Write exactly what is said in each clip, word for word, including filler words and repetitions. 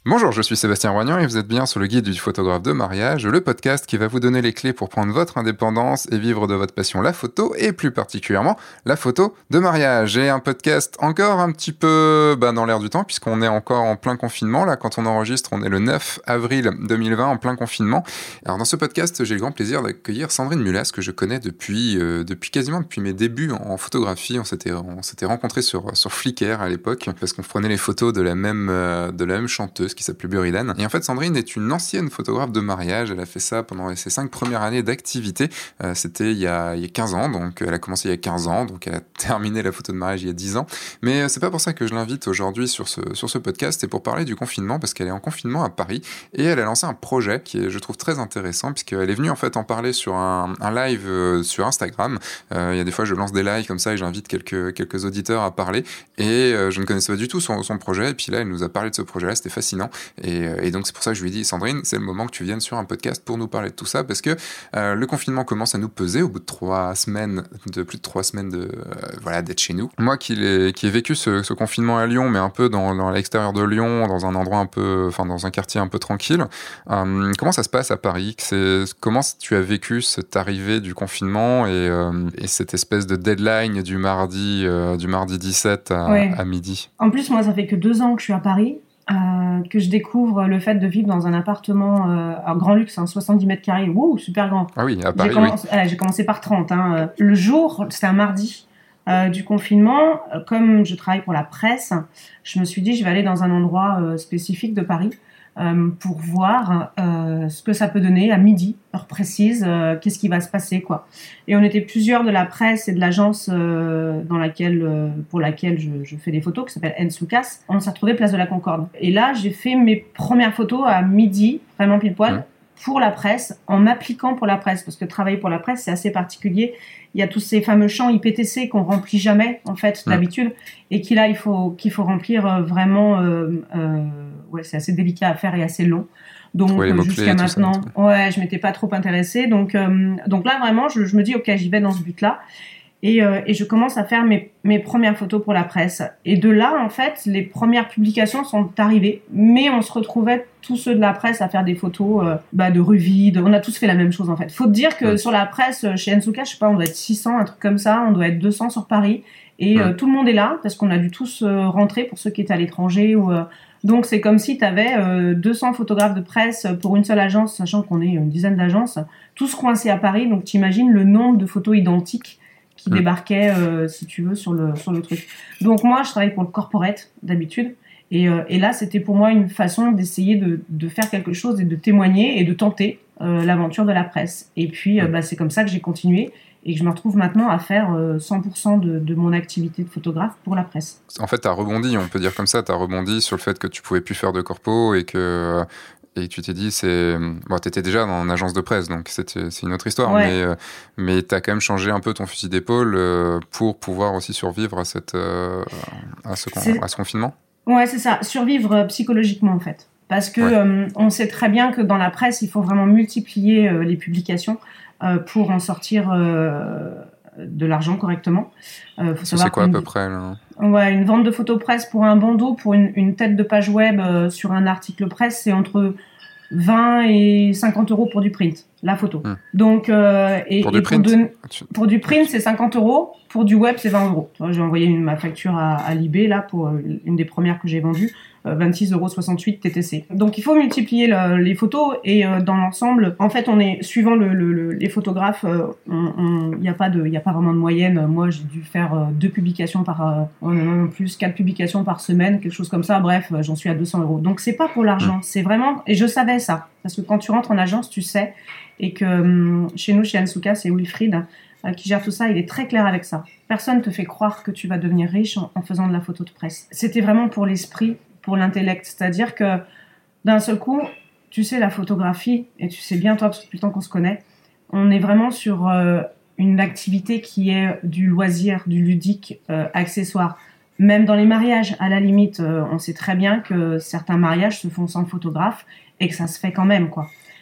Bonjour, je suis Sébastien Roignan et vous êtes bien sur le guide du photographe de mariage, le podcast qui va vous donner les clés pour prendre votre indépendance et vivre de votre passion, la photo, et plus particulièrement la photo de mariage. Et un podcast encore un petit peu bah, dans l'air du temps, puisqu'on est encore en plein confinement. Là, quand on enregistre, on est le neuf avril deux mille vingt, en plein confinement. Alors dans ce podcast, j'ai le grand plaisir d'accueillir Sandrine Mulas, que je connais depuis, euh, depuis quasiment depuis mes débuts en, en photographie. On s'était, on s'était rencontrés sur, sur Flickr à l'époque, parce qu'on prenait les photos de la même, euh, de la même chanteuse qui s'appelait Buridan. Et en fait, Sandrine est une ancienne photographe de mariage. Elle a fait ça pendant ses cinq premières années d'activité. Euh, c'était il y, a, il y a quinze ans, donc elle a commencé il y a quinze ans, donc elle a terminé la photo de mariage il y a dix ans. Mais euh, c'est pas pour ça que je l'invite aujourd'hui sur ce, sur ce podcast, c'est pour parler du confinement, parce qu'elle est en confinement à Paris et elle a lancé un projet qui est, je trouve, très intéressant, puisqu'elle est venue en fait en parler sur un, un live euh, sur Instagram. Euh, il y a des fois, je lance des lives comme ça et j'invite quelques, quelques auditeurs à parler. Et euh, je ne connaissais pas du tout son, son projet. Et puis là, elle nous a parlé de ce projet-là, c'était fascinant. Et, et donc c'est pour ça que je lui ai dit, Sandrine, c'est le moment que tu viennes sur un podcast pour nous parler de tout ça, parce que euh, le confinement commence à nous peser au bout de trois semaines, de plus de trois semaines de euh, voilà d'être chez nous. Moi qui ai qui ai vécu ce, ce confinement à Lyon, mais un peu dans, dans l'extérieur de Lyon, dans un endroit un peu, enfin dans un quartier un peu tranquille. Euh, comment ça se passe à Paris? C'est, comment tu as vécu cette arrivée du confinement et, euh, et cette espèce de deadline du mardi euh, du mardi dix-sept à, ouais. à midi? En plus, moi, ça fait que deux ans que je suis à Paris. Euh, que je découvre le fait de vivre dans un appartement euh, à grand luxe, hein, soixante-dix mètres carrés, wow, super grand. Ah oui, à Paris, j'ai commencé, oui. euh, j'ai commencé par trente. Hein. Le jour, c'était un mardi euh, du confinement. Comme je travaille pour la presse, je me suis dit, je vais aller dans un endroit euh, spécifique de Paris euh, pour voir euh, ce que ça peut donner à midi, heure précise, euh, qu'est-ce qui va se passer, quoi. Et on était plusieurs de la presse et de l'agence euh, dans laquelle, euh, pour laquelle je, je fais des photos, qui s'appelle Ens Lucas. On s'est retrouvés place de la Concorde. Et là, j'ai fait mes premières photos à midi, vraiment pile poil, mmh. pour la presse, en m'appliquant pour la presse, parce que travailler pour la presse, c'est assez particulier. Il y a tous ces fameux champs I P T C qu'on remplit jamais, en fait, d'habitude, mmh. et qu'il, là, il faut, qu'il faut remplir vraiment... Euh, euh, ouais, c'est assez délicat à faire et assez long. Donc, ouais, euh, jusqu'à maintenant, ça, ouais, je m'étais pas trop intéressée. Donc, euh, donc là, vraiment, je, je me dis, OK, j'y vais dans ce but-là. Et, euh, et je commence à faire mes, mes premières photos pour la presse. Et de là, en fait, les premières publications sont arrivées. Mais on se retrouvait, tous ceux de la presse, à faire des photos euh, bah, de rue vide. On a tous fait la même chose, en fait. Faut te dire que ouais. sur la presse, chez Ensuka, je sais pas, on doit être six cents, un truc comme ça. On doit être deux cents sur Paris. Et ouais. euh, tout le monde est là, parce qu'on a dû tous euh, rentrer, pour ceux qui étaient à l'étranger. Ou, euh, donc, c'est comme si tu avais euh, deux cents photographes de presse pour une seule agence, sachant qu'on est une dizaine d'agences, tous coincés à Paris. Donc, t'imagines le nombre de photos identiques qui mmh. débarquaient, euh, si tu veux, sur le, sur le truc. Donc moi, je travaille pour le corporate, d'habitude. Et, euh, et là, c'était pour moi une façon d'essayer de, de faire quelque chose et de témoigner et de tenter euh, l'aventure de la presse. Et puis, euh, bah, c'est comme ça que j'ai continué et que je me retrouve maintenant à faire euh, cent pour cent de, de mon activité de photographe pour la presse. En fait, tu as rebondi, on peut dire comme ça, tu as rebondi sur le fait que tu pouvais plus faire de corpo et que... Et tu t'es dit, c'est... Bon, t'étais déjà dans une agence de presse, donc c'était... c'est une autre histoire, ouais. mais, euh, mais t'as quand même changé un peu ton fusil d'épaule euh, pour pouvoir aussi survivre à, cette, euh, à, ce, con... à ce confinement. Ouais, c'est ça, survivre psychologiquement en fait. Parce que ouais. euh, on sait très bien que dans la presse, il faut vraiment multiplier euh, les publications euh, pour en sortir euh, de l'argent correctement. Euh, faut c'est quoi à peu près là ? Ouais, une vente de photos presse pour un bandeau, pour une, une tête de page web euh, sur un article presse, c'est entre vingt et cinquante euros pour du print, la photo. Hum. Donc, euh, et, pour, et du print, pour, de, pour du print, c'est cinquante euros. Pour du web, c'est vingt euros. J'ai envoyé une, ma facture à, à Libé, là, pour euh, une des premières que j'ai vendues, euh, vingt-six euros soixante-huit T T C. Donc, il faut multiplier le, les photos et euh, dans l'ensemble, en fait, on est, suivant le, le, le, les photographes, il euh, n'y a pas de, y a pas vraiment de moyenne. Moi, j'ai dû faire euh, deux publications par, euh, en plus, quatre publications par semaine, quelque chose comme ça. Bref, j'en suis à deux cents euros. Donc, c'est pas pour l'argent. Mmh. C'est vraiment, et je savais ça. Parce que quand tu rentres en agence, tu sais, et que hum, chez nous, chez Ensuka, c'est Wilfried euh, qui gère tout ça, il est très clair avec ça. Personne ne te fait croire que tu vas devenir riche en, en faisant de la photo de presse. C'était vraiment pour l'esprit, pour l'intellect. C'est-à-dire que d'un seul coup, tu sais, la photographie, et tu sais bien, toi, parce que depuis le temps qu'on se connaît, on est vraiment sur euh, une activité qui est du loisir, du ludique, euh, accessoire. Même dans les mariages, à la limite, euh, on sait très bien que certains mariages se font sans photographe et que ça se fait quand même, quoi.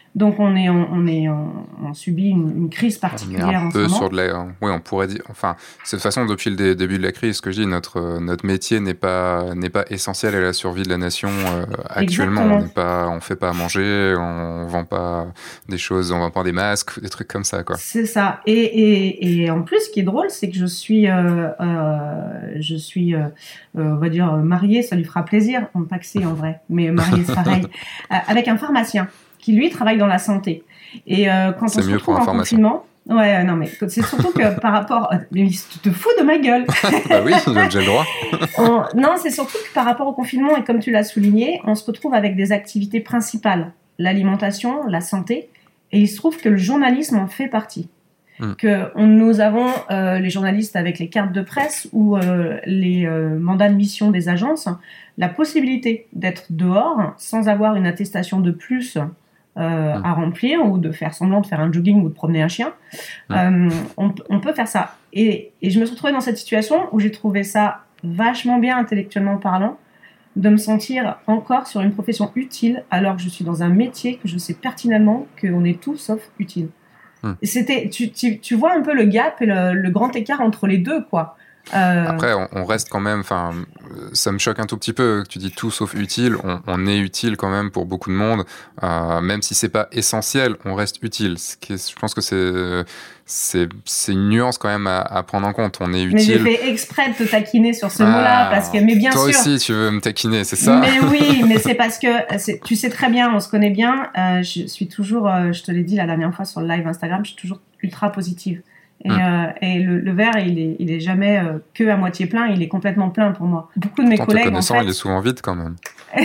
Donc on est, on, on est, on, on subit une, une crise particulière on est un en peu ce moment. Sur de la, oui, on pourrait dire. Enfin, de toute façon, depuis le dé- début de la crise, ce que je dis, notre notre métier n'est pas n'est pas essentiel à la survie de la nation euh, actuellement. Exactement. On n'est pas, on fait pas à manger, on vend pas des choses, on vend pas des masques, des trucs comme ça, quoi. C'est ça. Et, et, et en plus, ce qui est drôle, c'est que je suis, euh, euh, je suis, euh, euh, on va dire mariée, ça lui fera plaisir, on pas que c'est en vrai, mais mariée c'est pareil, euh, avec un pharmacien qui lui travaille dans la santé. Et euh, quand C'est on se mieux retrouve pour un en pharmacien. confinement, ouais, non mais c'est surtout que par rapport, mais tu te fous de ma gueule. Bah oui, j'ai le droit. On... Non, c'est surtout que par rapport au confinement et comme tu l'as souligné, on se retrouve avec des activités principales, l'alimentation, la santé, et il se trouve que le journalisme en fait partie. Mm. Que on, nous avons euh, les journalistes avec les cartes de presse ou euh, les euh, mandats de mission des agences, la possibilité d'être dehors sans avoir une attestation de plus euh, mm. à remplir ou de faire semblant de faire un jogging ou de promener un chien. Mm. Euh, on, on peut faire ça. Et, et je me suis retrouvée dans cette situation où j'ai trouvé ça vachement bien intellectuellement parlant, de me sentir encore sur une profession utile alors que je suis dans un métier que je sais pertinemment qu'on est tout sauf utile. Hmm. C'était, tu, tu, tu vois un peu le gap et le, le grand écart entre les deux, quoi. Euh... Après, on, on reste quand même, enfin, ça me choque un tout petit peu que tu dis tout sauf utile. On, on est utile quand même pour beaucoup de monde, euh, même si c'est pas essentiel, on reste utile. Ce qui est, je pense que c'est, c'est, c'est une nuance quand même à, à prendre en compte. On est utile. Mais j'ai fait exprès de te taquiner sur ce ah, mot-là parce que, mais bien toi sûr. Toi aussi, tu veux me taquiner, c'est ça? Mais oui, mais c'est parce que c'est, tu sais très bien, on se connaît bien. Euh, je suis toujours, euh, je te l'ai dit la dernière fois sur le live Instagram, je suis toujours ultra positive. Et, hum. euh, et le, le verre, il est, il est jamais euh, que à moitié plein, il est complètement plein pour moi. Beaucoup de mes Pourtant, collègues, te connaissant, en fait... il est souvent vide quand même.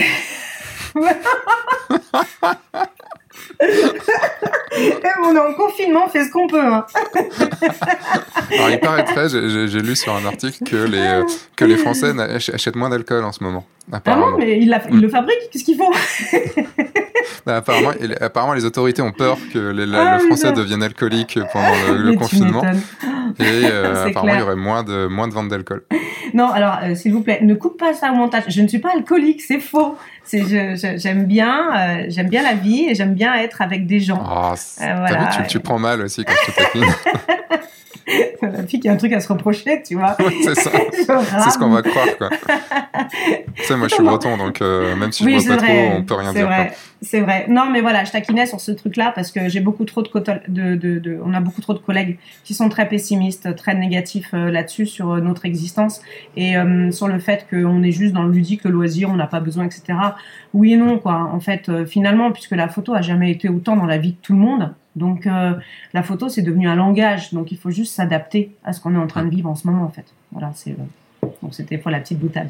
On est en confinement, on fait ce qu'on peut. Hein. Alors, il paraîtrait, j'ai, j'ai, j'ai lu sur un article que les, euh, que les Français achètent moins d'alcool en ce moment. Apparemment. Ah non, mais ils, la, ils le fabriquent, qu'est-ce qu'ils font? bah, apparemment, apparemment, les autorités ont peur que les, ah, le Français oui, devienne alcoolique pendant le, le confinement. Et euh, apparemment, clair. Il y aurait moins de, moins de ventes d'alcool. Non, alors, euh, s'il vous plaît, ne coupe pas ça au montage. Je ne suis pas alcoolique, c'est faux. C'est, je, je, j'aime bien, euh, j'aime bien la vie et j'aime bien être avec des gens. Oh, euh, voilà. T'as vu, tu, tu prends mal aussi quand je te taquine. La fille qui a un truc à se reprocher, tu vois. Ouais, c'est ça. C'est ce qu'on va croire, quoi. Tu sais, moi, je suis breton, donc euh, même si oui, je bois pas vrai. trop, on peut rien c'est dire. Vrai. Quoi. C'est vrai. Non, mais voilà, je taquinais sur ce truc-là parce que j'ai beaucoup trop de, co- de, de, de, on a beaucoup trop de collègues qui sont très pessimistes, très négatifs euh, là-dessus sur euh, notre existence et euh, sur le fait qu'on est juste dans le ludique, le loisir, on n'a pas besoin, et cetera. Oui et non, quoi. En fait, euh, finalement, puisque la photo a jamais été autant dans la vie de tout le monde. Donc, euh, la photo, c'est devenu un langage. Donc, il faut juste s'adapter à ce qu'on est en train de vivre en ce moment, en fait. Voilà, c'est... Euh... Donc, c'était pour la petite boutade.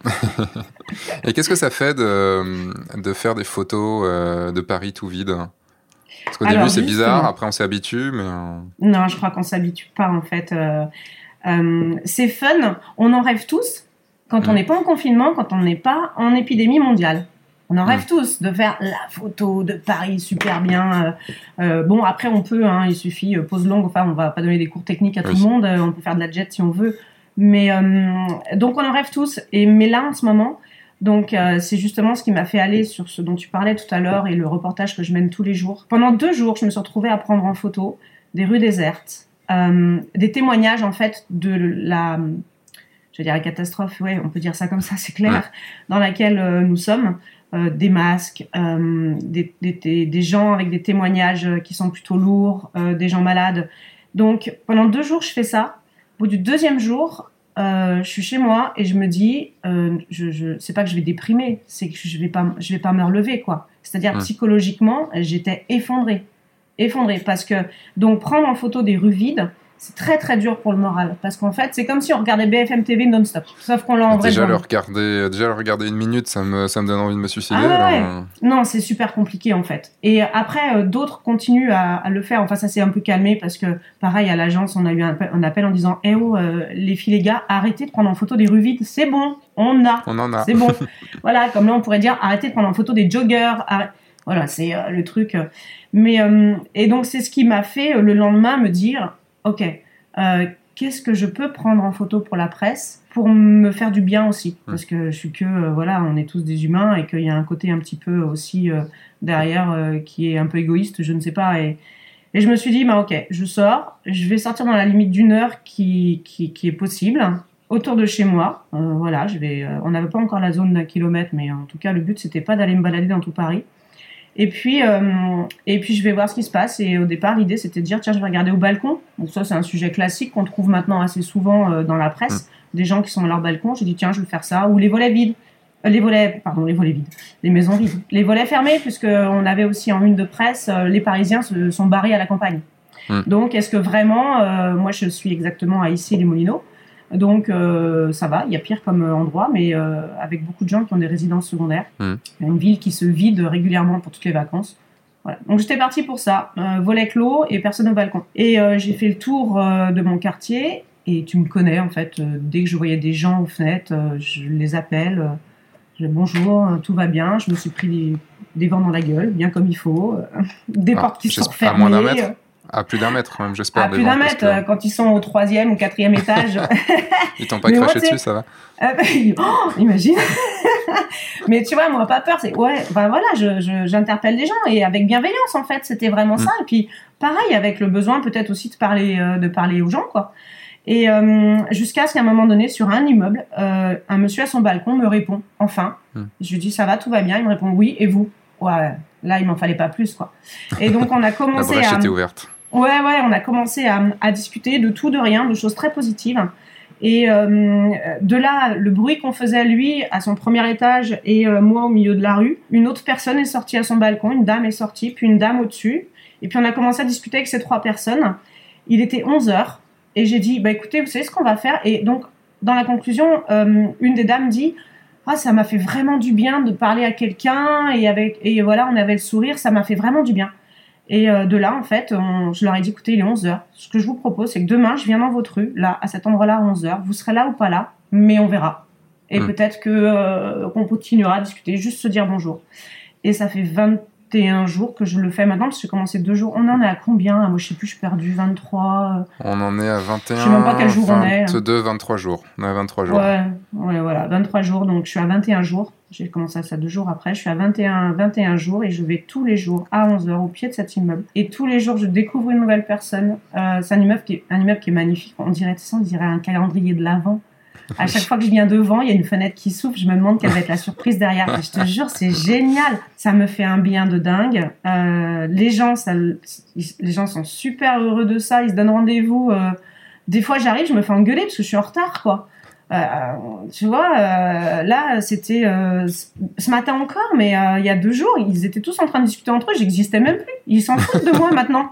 Et qu'est-ce que ça fait de, de faire des photos euh, de Paris tout vide? Parce qu'au Alors, début, c'est bizarre. Après, on s'habitue, mais... Non, je crois qu'on s'habitue pas, en fait. Euh, euh, c'est fun. On en rêve tous. Quand mmh. on n'est pas en confinement, quand on n'est pas en épidémie mondiale. On en rêve mmh. tous de faire la photo de Paris super bien. Euh, bon, après, on peut, hein, il suffit, euh, pause longue, enfin, on va pas donner des cours techniques à oui. tout le monde, euh, on peut faire de la jet si on veut. Mais, euh, donc, on en rêve tous. Et, mais là, en ce moment, donc, euh, c'est justement ce qui m'a fait aller sur ce dont tu parlais tout à l'heure et le reportage que je mène tous les jours. Pendant deux jours, je me suis retrouvée à prendre en photo des rues désertes, euh, des témoignages, en fait, de la... Je veux dire la catastrophe, ouais, on peut dire ça comme ça, c'est clair, ouais. dans laquelle euh, nous sommes. Euh, des masques, euh, des, des, des gens avec des témoignages qui sont plutôt lourds, euh, des gens malades. Donc, pendant deux jours, je fais ça. Au bout du deuxième jour, euh, je suis chez moi et je me dis, euh, je, je, c'est pas que je vais déprimer, c'est que je vais pas, je vais pas me relever, quoi. C'est-à-dire, mmh. psychologiquement, j'étais effondrée. Effondrée. Parce que, donc, prendre en photo des rues vides, c'est très très dur pour le moral parce qu'en fait c'est comme si on regardait B F M T V non-stop sauf qu'on l'a en vrai déjà le regarder déjà le regarder une minute ça me ça me donne envie de me suicider ah ouais, alors... ouais. Non c'est super compliqué en fait et après euh, d'autres continuent à, à le faire enfin ça s'est un peu calmé parce que pareil à l'agence on a eu un appel, un appel en disant eh oh euh, les filles les gars arrêtez de prendre en photo des rues vides c'est bon on a on en a c'est bon voilà comme là on pourrait dire arrêtez de prendre en photo des joggers arrête... voilà c'est euh, le truc euh... mais euh, et donc c'est ce qui m'a fait euh, le lendemain me dire ok Euh, qu'est-ce que je peux prendre en photo pour la presse pour me faire du bien aussi, mmh. parce que je suis que euh, voilà, on est tous des humains et qu'il y a un côté un petit peu aussi euh, derrière euh, qui est un peu égoïste, je ne sais pas. Et, et je me suis dit, bah ok, je sors, je vais sortir dans la limite d'une heure qui qui, qui est possible autour de chez moi. Euh, voilà, je vais. Euh, on n'avait pas encore la zone d'un kilomètre, mais en tout cas le but c'était pas d'aller me balader dans tout Paris. Et puis, euh, et puis je vais voir ce qui se passe. Et au départ, l'idée, c'était de dire, tiens, je vais regarder au balcon. Donc ça, c'est un sujet classique qu'on trouve maintenant assez souvent euh, dans la presse. Mmh. Des gens qui sont à leur balcon. J'ai dit, tiens, je vais faire ça. Ou les volets vides. Euh, les volets, pardon, les volets vides. Les maisons vides. Les volets fermés, puisqu'on avait aussi en une de presse, euh, les Parisiens se sont barrés à la campagne. Mmh. Donc, est-ce que vraiment, euh, moi, je suis exactement à Issy-les-Moulineaux. Donc euh, ça va, il y a pire comme endroit, mais euh, avec beaucoup de gens qui ont des résidences secondaires. Mmh. Il y a une ville qui se vide régulièrement pour toutes les vacances. Voilà. Donc j'étais partie pour ça, euh, volet clos et personne au balcon. Et euh, j'ai fait le tour euh, de mon quartier, et tu me connais en fait, euh, dès que je voyais des gens aux fenêtres, euh, je les appelle, euh, je dis bonjour, tout va bien, je me suis pris des, des vents dans la gueule, bien comme il faut, euh, des ah, portes qui sont fermées. À moins d'un mètre. À plus d'un mètre, même, j'espère. À plus d'un mètre, que... quand ils sont au troisième ou quatrième étage. Ils t'ont pas mais craché moi, dessus, ça va euh, oh, imagine. Mais tu vois, moi, pas peur. C'est ouais, ben voilà, je, je, j'interpelle les gens et avec bienveillance, en fait, c'était vraiment mm. ça. Et puis, pareil, avec le besoin peut-être aussi de parler, euh, de parler aux gens, quoi. Et euh, jusqu'à ce qu'à un moment donné, sur un immeuble, euh, un monsieur à son balcon me répond, enfin. Mm. Je lui dis, ça va, tout va bien. Il me répond, oui, et vous? Ouais, là, il m'en fallait pas plus, quoi. Et donc, on a commencé La brèche à... était ouverte. Ouais, ouais, on a commencé à, à discuter de tout, de rien, de choses très positives. Et euh, de là, le bruit qu'on faisait à lui, à son premier étage, et euh, moi au milieu de la rue, une autre personne est sortie à son balcon, une dame est sortie, puis une dame au-dessus. Et puis on a commencé à discuter avec ces trois personnes. Il était onze heures, et j'ai dit, bah écoutez, vous savez ce qu'on va faire? Et donc, dans la conclusion, euh, une des dames dit, ah, ça m'a fait vraiment du bien de parler à quelqu'un, et, avec, et voilà, on avait le sourire, ça m'a fait vraiment du bien. Et euh, de là, en fait, on, je leur ai dit, écoutez, il est onze heures. Ce que je vous propose, c'est que demain, je viens dans votre rue, là, à cet endroit-là, à onze heures. Vous serez là ou pas là, mais on verra. Et mmh. peut-être que, euh, qu'on continuera à discuter, juste se dire bonjour. Et ça fait vingt et un jours que je le fais maintenant, parce que j'ai commencé deux jours. On en est à combien? Moi, je sais plus, je suis perdue, vingt-trois. On en est à vingt et un, je sais même pas quel jour on est. vingt-deux, vingt-trois jours. On est à vingt-trois jours. Ouais, ouais, voilà, vingt-trois jours. Donc, je suis à vingt et un jours. J'ai commencé ça deux jours après. Je suis à vingt et un, vingt et un jours et je vais tous les jours à onze heures au pied de cet immeuble. Et tous les jours, je découvre une nouvelle personne. Euh, c'est un immeuble, qui est, un immeuble qui est magnifique. On dirait, on dirait un calendrier de l'Avent. À chaque fois que je viens devant, il y a une fenêtre qui s'ouvre. Je me demande quelle va être la surprise derrière. Et je te jure, c'est génial. Ça me fait un bien de dingue. Euh, les gens, ça, les gens sont super heureux de ça. Ils se donnent rendez-vous. Euh, des fois, j'arrive, je me fais engueuler parce que je suis en retard, quoi. Euh, tu vois, euh, là, c'était euh, ce matin encore, mais euh, il y a deux jours, ils étaient tous en train de discuter entre eux. J'existais même plus. Ils s'en foutent de moi maintenant.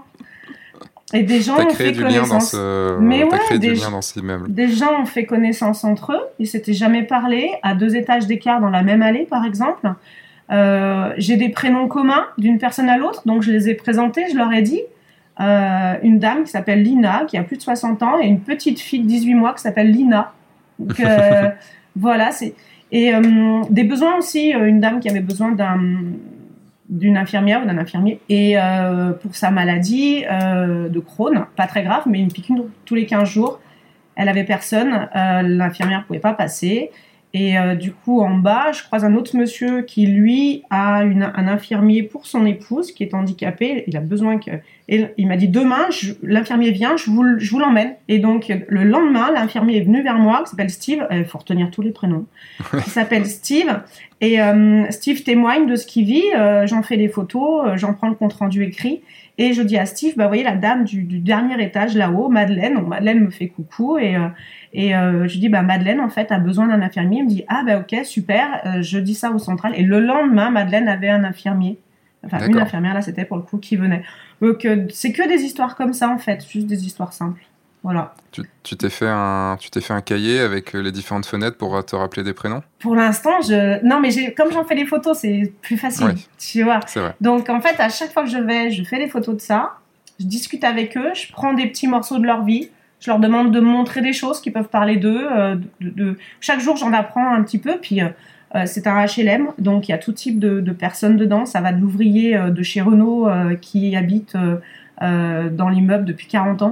Et des gens ont fait connaissance. Ce... Mais T'as ouais, créé des, du lien dans ces immeubles. Des gens ont fait connaissance entre eux. Ils s'étaient jamais parlé à deux étages d'écart dans la même allée, par exemple. Euh, j'ai des prénoms communs d'une personne à l'autre, donc je les ai présentés. Je leur ai dit euh, une dame qui s'appelle Lina, qui a plus de soixante ans, et une petite fille de dix-huit mois qui s'appelle Lina. Donc euh, voilà, c'est et euh, des besoins aussi. Une dame qui avait besoin d'un d'une infirmière ou d'un infirmier et euh, pour sa maladie euh, de Crohn, pas très grave, mais une piqûre tous les quinze jours. Elle avait personne, euh, l'infirmière pouvait pas passer. Et euh, du coup, en bas, je croise un autre monsieur qui, lui, a une, un infirmier pour son épouse qui est handicapée. Il a besoin que... Et il m'a dit, demain, je, l'infirmier vient, je vous, je vous l'emmène. Et donc, le lendemain, l'infirmier est venu vers moi, qui s'appelle Steve. Il faut retenir tous les prénoms. Il s'appelle Steve. Et euh, Steve témoigne de ce qu'il vit. Euh, j'en fais des photos, euh, j'en prends le compte-rendu écrit. Et je dis à Steve, bah, vous voyez la dame du, du dernier étage là-haut, Madeleine. Donc, Madeleine me fait coucou et... Euh, Et euh, je dis, bah, Madeleine, en fait, a besoin d'un infirmier. Il me dit, ah, bah, ok, super. Euh, je dis ça au central. Et le lendemain, Madeleine avait un infirmier. Enfin, D'accord. Une infirmière, là, c'était pour le coup, qui venait. Donc, euh, c'est que des histoires comme ça, en fait. Juste des histoires simples. Voilà. Tu, tu, t'es fait un, tu t'es fait un cahier avec les différentes fenêtres pour te rappeler des prénoms? Pour l'instant, je... Non, mais j'ai... comme j'en fais les photos, c'est plus facile. Oui. Tu vois. C'est vrai. Donc, en fait, à chaque fois que je vais, je fais des photos de ça. Je discute avec eux. Je prends des petits morceaux de leur vie. Je leur demande de me montrer des choses qui peuvent parler d'eux. Euh, de, de... Chaque jour, j'en apprends un petit peu. Puis, euh, c'est un H L M, donc il y a tout type de, de personnes dedans. Ça va de l'ouvrier euh, de chez Renault euh, qui habite euh, euh, dans l'immeuble depuis quarante ans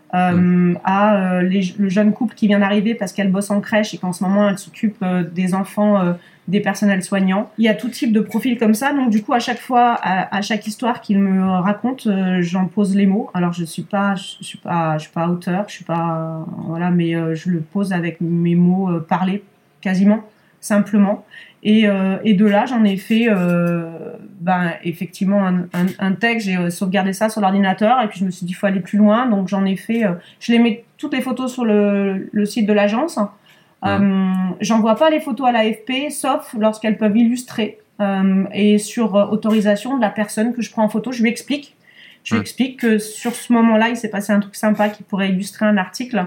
euh, mmh. à euh, les, le jeune couple qui vient d'arriver parce qu'elle bosse en crèche et qu'en ce moment, elle s'occupe euh, des enfants euh, des personnels soignants. Il y a tout type de profils comme ça. Donc, du coup, à chaque fois, à, à chaque histoire qu'il me raconte, euh, j'en pose les mots. Alors, je suis pas, je suis pas, je suis pas auteur, je suis pas, voilà, mais euh, je le pose avec mes mots euh, parlés, quasiment, simplement. Et, euh, et de là, j'en ai fait, euh, ben, effectivement, un, un, un texte. J'ai sauvegardé ça sur l'ordinateur. Et puis, je me suis dit, il faut aller plus loin. Donc, j'en ai fait, euh, je les mets toutes les photos sur le, le site de l'agence. Mmh. Euh, j'envoie pas les photos à l'A F P, sauf lorsqu'elles peuvent illustrer. Euh, et sur euh, autorisation de la personne que je prends en photo, je lui explique. Je lui mmh. explique que sur ce moment-là, il s'est passé un truc sympa qui pourrait illustrer un article.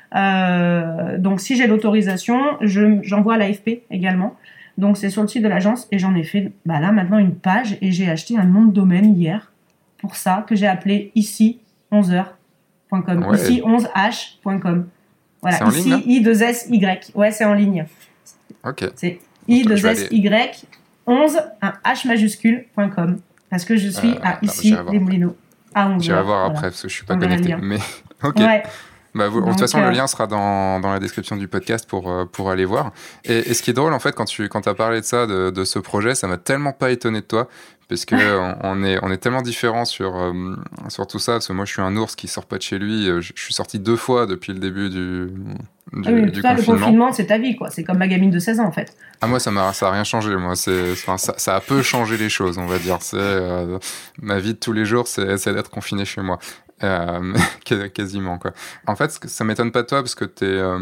Euh, donc, si j'ai l'autorisation, je, j'envoie à l'A F P également. Donc, c'est sur le site de l'agence et j'en ai fait, bah là, maintenant une page et j'ai acheté un nom de domaine hier pour ça que j'ai appelé ici onze heures point com, ouais. ici onze h point com. Voilà, c'est en ici, ligne, I deux S Y. Ouais, c'est en ligne. Ok. C'est I deux S Y onze, un H majuscule, point com. Parce que je suis euh, à ici, les Moulineaux, à onze heures. J'irai voir voilà. après, parce que je suis pas connecté. Mais, ok. Ouais. Bah, vous, Donc, de toute façon, euh... le lien sera dans, dans la description du podcast pour, euh, pour aller voir. Et, et ce qui est drôle, en fait, quand tu quand as parlé de ça, de, de ce projet, ça m'a tellement pas étonné de toi, parce que on, on, est, on est tellement différents sur, euh, sur tout ça. Parce que moi, je suis un ours qui sort pas de chez lui. Je, je suis sorti deux fois depuis le début du, du, ah oui, du ça, confinement. Le confinement, c'est ta vie, quoi. C'est comme ma gamine de seize ans, en fait. Ah, moi, ça m'a, ça a rien changé. Moi, c'est, enfin, ça, ça a peu changé les choses, on va dire. C'est, euh, ma vie de tous les jours, c'est, c'est d'être confiné chez moi. Euh, quasiment, quoi. En fait, ça m'étonne pas de toi parce que t'es, euh,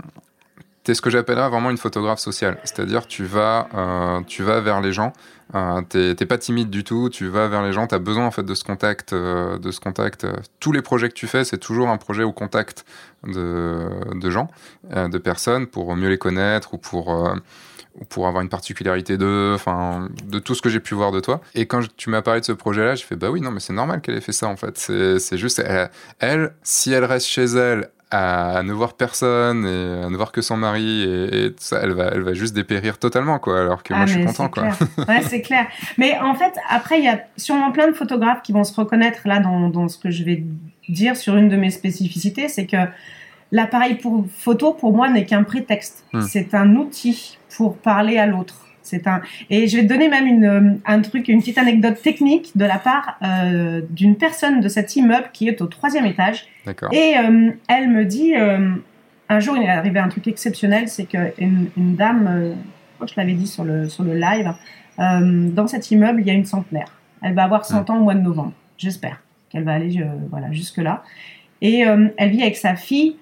t'es ce que j'appellerais vraiment une photographe sociale. C'est-à-dire, tu vas, euh, tu vas vers les gens. Euh, t'es, t'es pas timide du tout. Tu vas vers les gens. T'as besoin en fait de ce contact, euh, de ce contact. Tous les projets que tu fais, c'est toujours un projet au contact de, de gens, euh, de personnes, pour mieux les connaître ou pour euh, ou pour avoir une particularité d'eux, enfin, de tout ce que j'ai pu voir de toi. Et quand je, tu m'as parlé de ce projet-là, j'ai fait, bah oui, non, mais c'est normal qu'elle ait fait ça, en fait. C'est, c'est juste, elle, elle, si elle reste chez elle, à, à ne voir personne, et à ne voir que son mari, et, et tout ça, elle va, elle va juste dépérir totalement, quoi, alors que ah, moi, je suis content, quoi. Ouais, c'est clair. Mais en fait, après, il y a sûrement plein de photographes qui vont se reconnaître, là, dans, dans ce que je vais dire sur une de mes spécificités, c'est que l'appareil pour photo, pour moi, n'est qu'un prétexte. Hum. C'est un outil pour parler à l'autre. C'est un... Et je vais te donner même une, un truc, une petite anecdote technique de la part euh, d'une personne de cet immeuble qui est au troisième étage. D'accord. Et euh, elle me dit, euh, un jour, il est arrivé un truc exceptionnel, c'est qu'une une dame, euh, je l'avais dit sur le, sur le live, euh, dans cet immeuble, il y a une centenaire. Elle va avoir cent ans au mois de novembre. J'espère qu'elle va aller euh, voilà, jusque-là. Et euh, elle vit avec sa fille,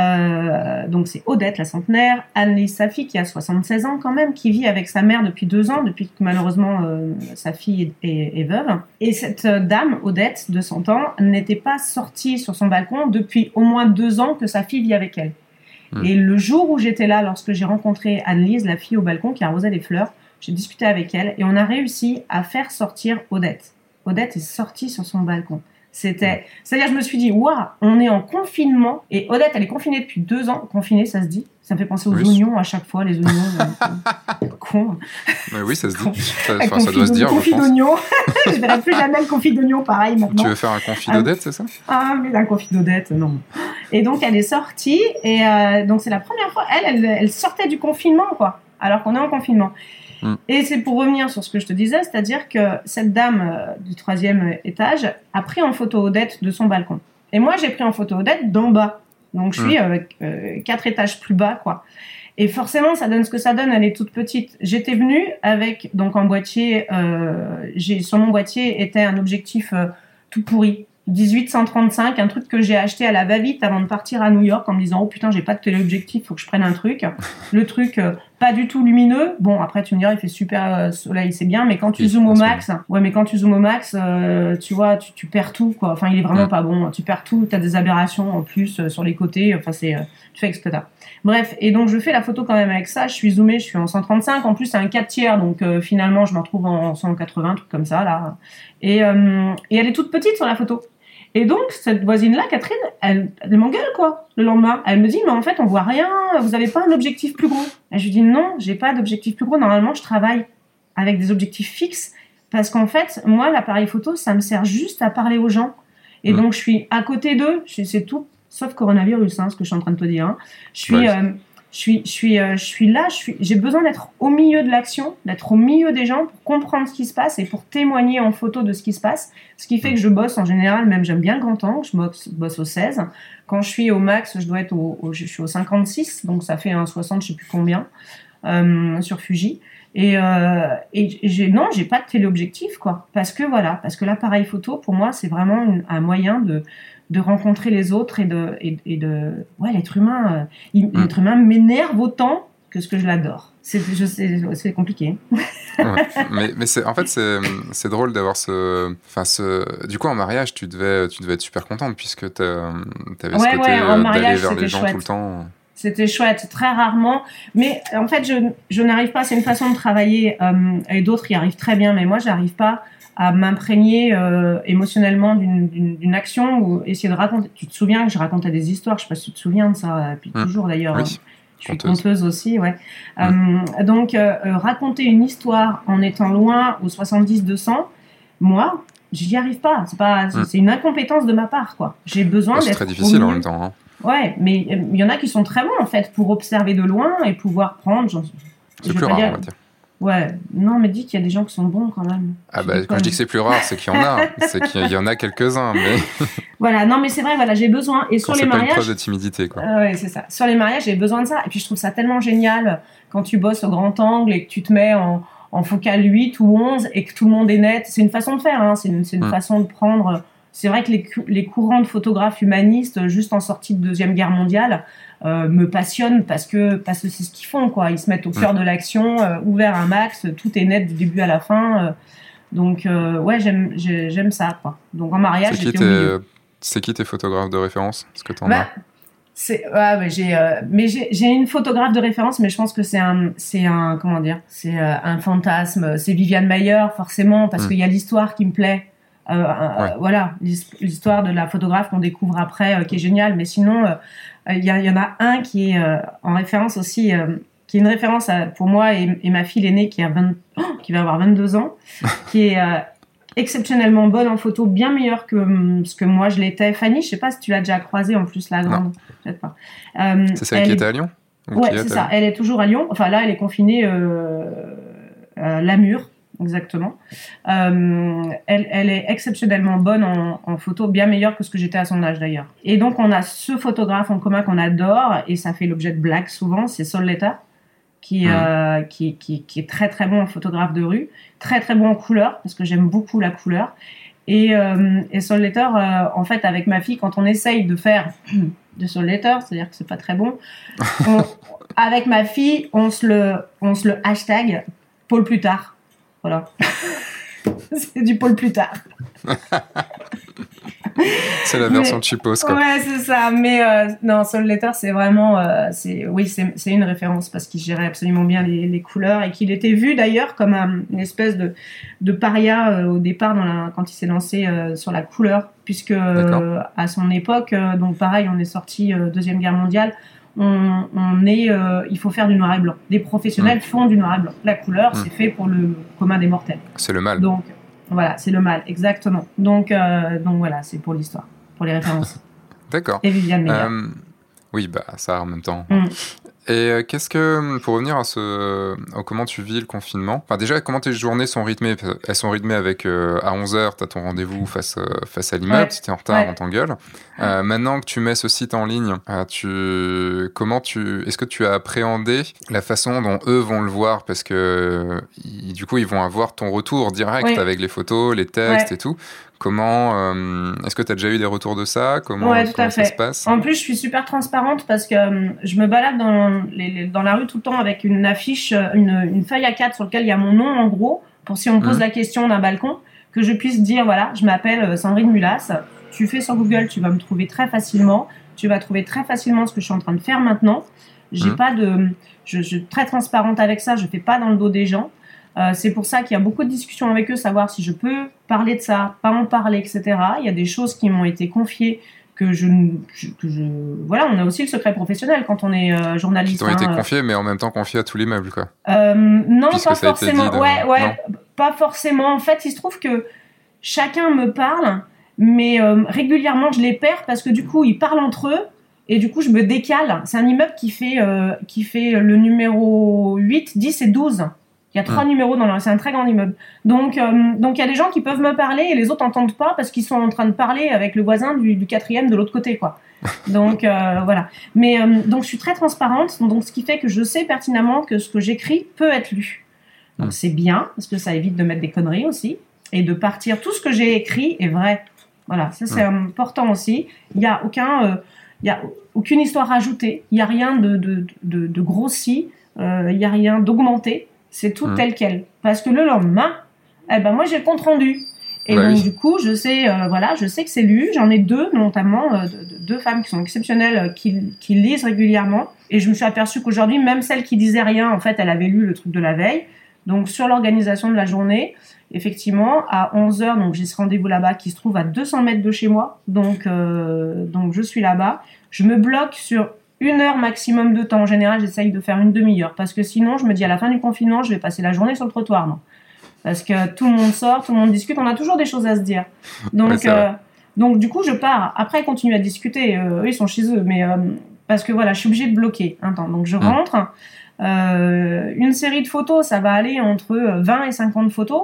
euh, donc c'est Odette, la centenaire, Anne-Lise, sa fille, qui a soixante-seize ans quand même, qui vit avec sa mère depuis deux ans, depuis que malheureusement euh, sa fille est, est, est veuve. Et cette euh, dame, Odette, de cent ans, n'était pas sortie sur son balcon depuis au moins deux ans que sa fille vit avec elle. Mmh. Et le jour où j'étais là, lorsque j'ai rencontré Anne-Lise, la fille au balcon qui arrosait les fleurs, j'ai discuté avec elle et on a réussi à faire sortir Odette. Odette est sortie sur son balcon. C'était, c'est-à-dire, je me suis dit, waouh, on est en confinement et Odette, elle est confinée depuis deux ans. Confinée, ça se dit. Ça me fait penser aux oui. oignons à chaque fois, les oignons. euh, con. Mais oui, ça se dit. Ça, enfin, ça doit se dire. Confit d'oignons. Je verrai plus jamais le confit d'oignons pareil maintenant. Tu veux faire un confit d'Odette, ah, c'est ça? Ah, mais un confit d'Odette, non. Et donc, elle est sortie et euh, donc c'est la première fois. Elle, elle, elle sortait du confinement, quoi. Alors qu'on est en confinement. Mm. Et c'est pour revenir sur ce que je te disais, c'est-à-dire que cette dame euh, du troisième étage a pris en photo Odette de son balcon. Et moi, j'ai pris en photo Odette d'en bas. Donc, je suis mm. euh, euh, quatre étages plus bas, quoi. Et forcément, ça donne ce que ça donne. Elle est toute petite. J'étais venue avec, donc en boîtier, euh, j'ai, sur mon boîtier était un objectif euh, tout pourri. dix-huit cent trente-cinq, un truc que j'ai acheté à la va-vite avant de partir à New York en me disant « Oh putain, j'ai pas de téléobjectif, faut que je prenne un truc. » Le truc, euh, pas du tout lumineux. Bon, après, tu me diras, il fait super euh, soleil, c'est bien, mais quand tu oui, zoomes au max, ouais, mais quand tu zoomes au max, euh, tu vois, tu, tu perds tout, quoi. Enfin, il est vraiment ouais. pas bon. Tu perds tout, t'as des aberrations en plus euh, sur les côtés. Enfin, c'est, euh, tu fais exprès. Bref, et donc je fais la photo quand même avec ça. Je suis zoomée, je suis en cent trente-cinq. En plus, c'est un quatre tiers, donc euh, finalement, je me retrouve en cent quatre-vingts, truc comme ça, là. Et, euh, et elle est toute petite sur la photo. Et donc, cette voisine-là, Catherine, elle, elle m'engueule, quoi, le lendemain. Elle me dit, mais en fait, on voit rien, vous avez pas un objectif plus gros. Et je lui dis, non, j'ai pas d'objectif plus gros. Normalement, je travaille avec des objectifs fixes. Parce qu'en fait, moi, l'appareil photo, ça me sert juste à parler aux gens. Et mmh. donc, je suis à côté d'eux. Je, c'est tout sauf coronavirus, hein, ce que je suis en train de te dire. Hein. Je suis, ouais. euh, je suis, je suis, euh, je suis là. Je suis, j'ai besoin d'être au milieu de l'action, d'être au milieu des gens pour comprendre ce qui se passe et pour témoigner en photo de ce qui se passe. Ce qui fait que je bosse en général, même j'aime bien le grand angle, je bosse, bosse au seize. Quand je suis au max, je dois être au, au je suis au cinquante-six, donc ça fait un soixante, je sais plus combien, euh, sur Fuji. Et, euh, et j'ai, non, j'ai pas de téléobjectif, quoi. Parce que voilà, parce que l'appareil photo, pour moi, c'est vraiment une, un moyen de, de rencontrer les autres et de, et, et de, ouais, l'être humain, euh, il, mmh. l'être humain m'énerve autant que ce que je l'adore. C'est, je sais, c'est compliqué. Ouais. Mais, mais c'est, en fait, c'est, c'est drôle d'avoir ce, enfin, ce, du coup, en mariage, tu devais, tu devais être super contente puisque t'as, t'avais ouais, ce côté ouais, en d'aller mariage, vers les gens chouette. tout le temps. C'était chouette, très rarement. Mais en fait, je, je n'arrive pas, c'est une façon de travailler, euh, et d'autres y arrivent très bien, mais moi, j'arrive pas à m'imprégner euh, émotionnellement d'une, d'une, d'une action ou essayer de raconter. Tu te souviens que je racontais des histoires, je sais pas si tu te souviens de ça, depuis mmh. toujours d'ailleurs. Oui. Hein. Je suis conteuse, conteuse aussi, ouais. Mmh. Euh, donc, euh, raconter une histoire en étant loin au soixante-dix deux cents, moi, j'y arrive pas. C'est pas, mmh. c'est une incompétence de ma part, quoi. J'ai besoin ouais, d'être. C'est très difficile en même temps. Hein. Ouais, mais il y en a qui sont très bons en fait pour observer de loin et pouvoir prendre. Genre, c'est plus rare, dire... on va dire. Ouais, non, mais dis qu'il y a des gens qui sont bons quand même. Ah bah, quand je dis que c'est plus rare, c'est qu'il y en a, c'est qu'il y en a quelques-uns, mais. Voilà, non, mais c'est vrai, voilà, j'ai besoin. Et sur quand les c'est mariages. C'est pas une preuve de timidité, quoi. Euh, ouais, c'est ça. Sur les mariages, j'ai besoin de ça. Et puis je trouve ça tellement génial quand tu bosses au grand angle et que tu te mets en, en focale huit ou onze et que tout le monde est net. C'est une façon de faire, hein. C'est une, c'est une mmh. façon de prendre. C'est vrai que les, les courants de photographes humanistes, juste en sortie de Deuxième Guerre mondiale, euh, me passionnent parce que, parce que c'est ce qu'ils font, quoi. Ils se mettent au cœur mmh. de l'action, euh, ouvert un max, tout est net du début à la fin. Euh, donc, euh, ouais, j'aime, j'aime ça, quoi. Donc, en mariage, c'est j'étais qui au milieu. C'est qui tes photographes de référence ? Est-ce que t'en bah, as ? C'est, ouais, ouais, j'ai, euh, mais j'ai, j'ai une photographe de référence, mais je pense que c'est un, c'est un, comment dire, c'est euh, un fantasme. C'est Viviane Mayer, forcément, parce mmh. qu'il y a l'histoire qui me plaît. Euh, ouais. euh, voilà, l'histoire de la photographe qu'on découvre après, euh, qui est géniale. Mais sinon, il euh, y, y en a un qui est euh, en référence aussi, euh, qui est une référence à, pour moi et, et ma fille l'aînée qui a vingt, oh, qui va avoir vingt-deux ans, qui est euh, exceptionnellement bonne en photo, bien meilleure que um, ce que moi je l'étais. Fanny, je sais pas si tu l'as déjà croisée en plus, la grande. Peut-être pas. Euh, c'est celle elle, qui était à Lyon ? Ouais, c'est ça. Elle est toujours à Lyon. Enfin là, elle est confinée euh, à Lamure. Exactement. Euh, elle, elle est exceptionnellement bonne en, en photo, bien meilleure que ce que j'étais à son âge d'ailleurs. Et donc on a ce photographe en commun qu'on adore et ça fait l'objet de blagues souvent, c'est Sol Letter, qui, mmh. euh, qui, qui, qui est très très bon en photographe de rue, très très bon en couleur parce que j'aime beaucoup la couleur. Et, euh, et Sol Letter, euh, en fait, avec ma fille, quand on essaye de faire de Sol Letter, c'est-à-dire que c'est pas très bon, on, avec ma fille, on se le, on se le hashtag Paul plus tard. Voilà. C'est du Paul plus tard. C'est la version mais, cheapos, quoi. Ouais, c'est ça. Mais euh, non, Sol Letter, c'est vraiment... Euh, c'est, oui, c'est, c'est une référence parce qu'il gérait absolument bien les, les couleurs et qu'il était vu, d'ailleurs, comme un, une espèce de, de paria euh, au départ dans la, quand il s'est lancé euh, sur la couleur. Puisque euh, à son époque, euh, donc pareil, on est sorti euh, Deuxième Guerre mondiale, On, on est, euh, il faut faire du noir et blanc. Les professionnels mmh. font du noir et blanc. La couleur, mmh. c'est fait pour le commun des mortels. C'est le mal. Donc, voilà, c'est le mal, exactement. Donc, euh, donc voilà, c'est pour l'histoire, pour les références. D'accord. Et Viviane Mayer. Euh, oui, bah ça en même temps. Mmh. Et euh, qu'est-ce que, pour revenir à ce, à comment tu vis le confinement, enfin déjà, comment tes journées sont rythmées ? Elles sont rythmées avec, euh, à onze heures, tu as ton rendez-vous face, euh, face à l'immeuble, ouais. Si tu es en retard, ouais. On t'engueule. Euh, maintenant que tu mets ce site en ligne, euh, tu, comment tu, est-ce que tu as appréhendé la façon dont eux vont le voir ? Parce que, ils, du coup, ils vont avoir ton retour direct ouais. avec les photos, les textes ouais. et tout. Comment, euh, est-ce que tu as déjà eu des retours de ça ? Comment, ouais, tout comment à ça fait. se passe ? En plus, je suis super transparente parce que euh, je me balade dans, les, les, dans la rue tout le temps avec une affiche, une, une feuille A quatre sur laquelle il y a mon nom en gros, pour si on me pose mmh. la question d'un balcon, que je puisse dire, voilà, je m'appelle Sandrine Mulas, tu fais sur Google, tu vas me trouver très facilement, tu vas trouver très facilement ce que je suis en train de faire maintenant. J'ai mmh. pas de, je, je suis très transparente avec ça, je fais pas dans le dos des gens. Euh, c'est pour ça qu'il y a beaucoup de discussions avec eux, savoir si je peux parler de ça, pas en parler, et cetera. Il y a des choses qui m'ont été confiées que je, que je... Voilà, on a aussi le secret professionnel quand on est euh, journaliste. Qui t'ont hein, été euh... confiées, mais en même temps confiées à tout l'immeuble, quoi. Euh, non, Puisque pas forcément. De... Ouais, ouais, non. Pas forcément. En fait, il se trouve que chacun me parle mais euh, régulièrement, je les perds parce que du coup, ils parlent entre eux. Et du coup, je me décale. C'est un immeuble qui fait, euh, qui fait le numéro huit, dix et douze. Il y a trois mmh. numéros dans le... C'est un très grand immeuble. Donc, euh, donc, il y a des gens qui peuvent me parler et les autres n'entendent pas parce qu'ils sont en train de parler avec le voisin du, du quatrième de l'autre côté, quoi. Donc, euh, voilà. Mais, euh, donc, je suis très transparente. Donc, ce qui fait que je sais pertinemment que ce que j'écris peut être lu. Donc, mmh. c'est bien parce que ça évite de mettre des conneries aussi et de partir. Tout ce que j'ai écrit est vrai. Voilà. Ça, c'est mmh. important aussi. Il n'y a aucun... Euh, Il n'y a aucune histoire rajoutée, il n'y a rien de, de, de, de grossi, euh, il n'y a rien d'augmenté, c'est tout mmh. tel quel. Parce que le lendemain, eh ben moi j'ai le compte rendu. Et bah donc oui. du coup, je sais, euh, voilà, je sais que c'est lu, j'en ai deux, notamment euh, de, de, deux femmes qui sont exceptionnelles, euh, qui, qui lisent régulièrement. Et je me suis aperçue qu'aujourd'hui, même celle qui disait rien, en fait, elle avait lu le truc de la veille. Donc sur l'organisation de la journée, effectivement, à onze heures, donc j'ai ce rendez-vous là-bas qui se trouve à deux cents mètres de chez moi. Donc, euh, donc je suis là-bas. Je me bloque sur une heure maximum de temps. En général, j'essaye de faire une demi-heure. Parce que sinon, je me dis à la fin du confinement, je vais passer la journée sur le trottoir. Non. Parce que tout le monde sort, tout le monde discute. On a toujours des choses à se dire. Donc, ouais, euh, donc du coup, je pars. Après, ils continuent à discuter. Euh, eux, ils sont chez eux. Mais euh, parce que voilà, je suis obligée de bloquer un temps. Donc, je mmh. rentre. Euh, une série de photos, ça va aller entre vingt et cinquante photos.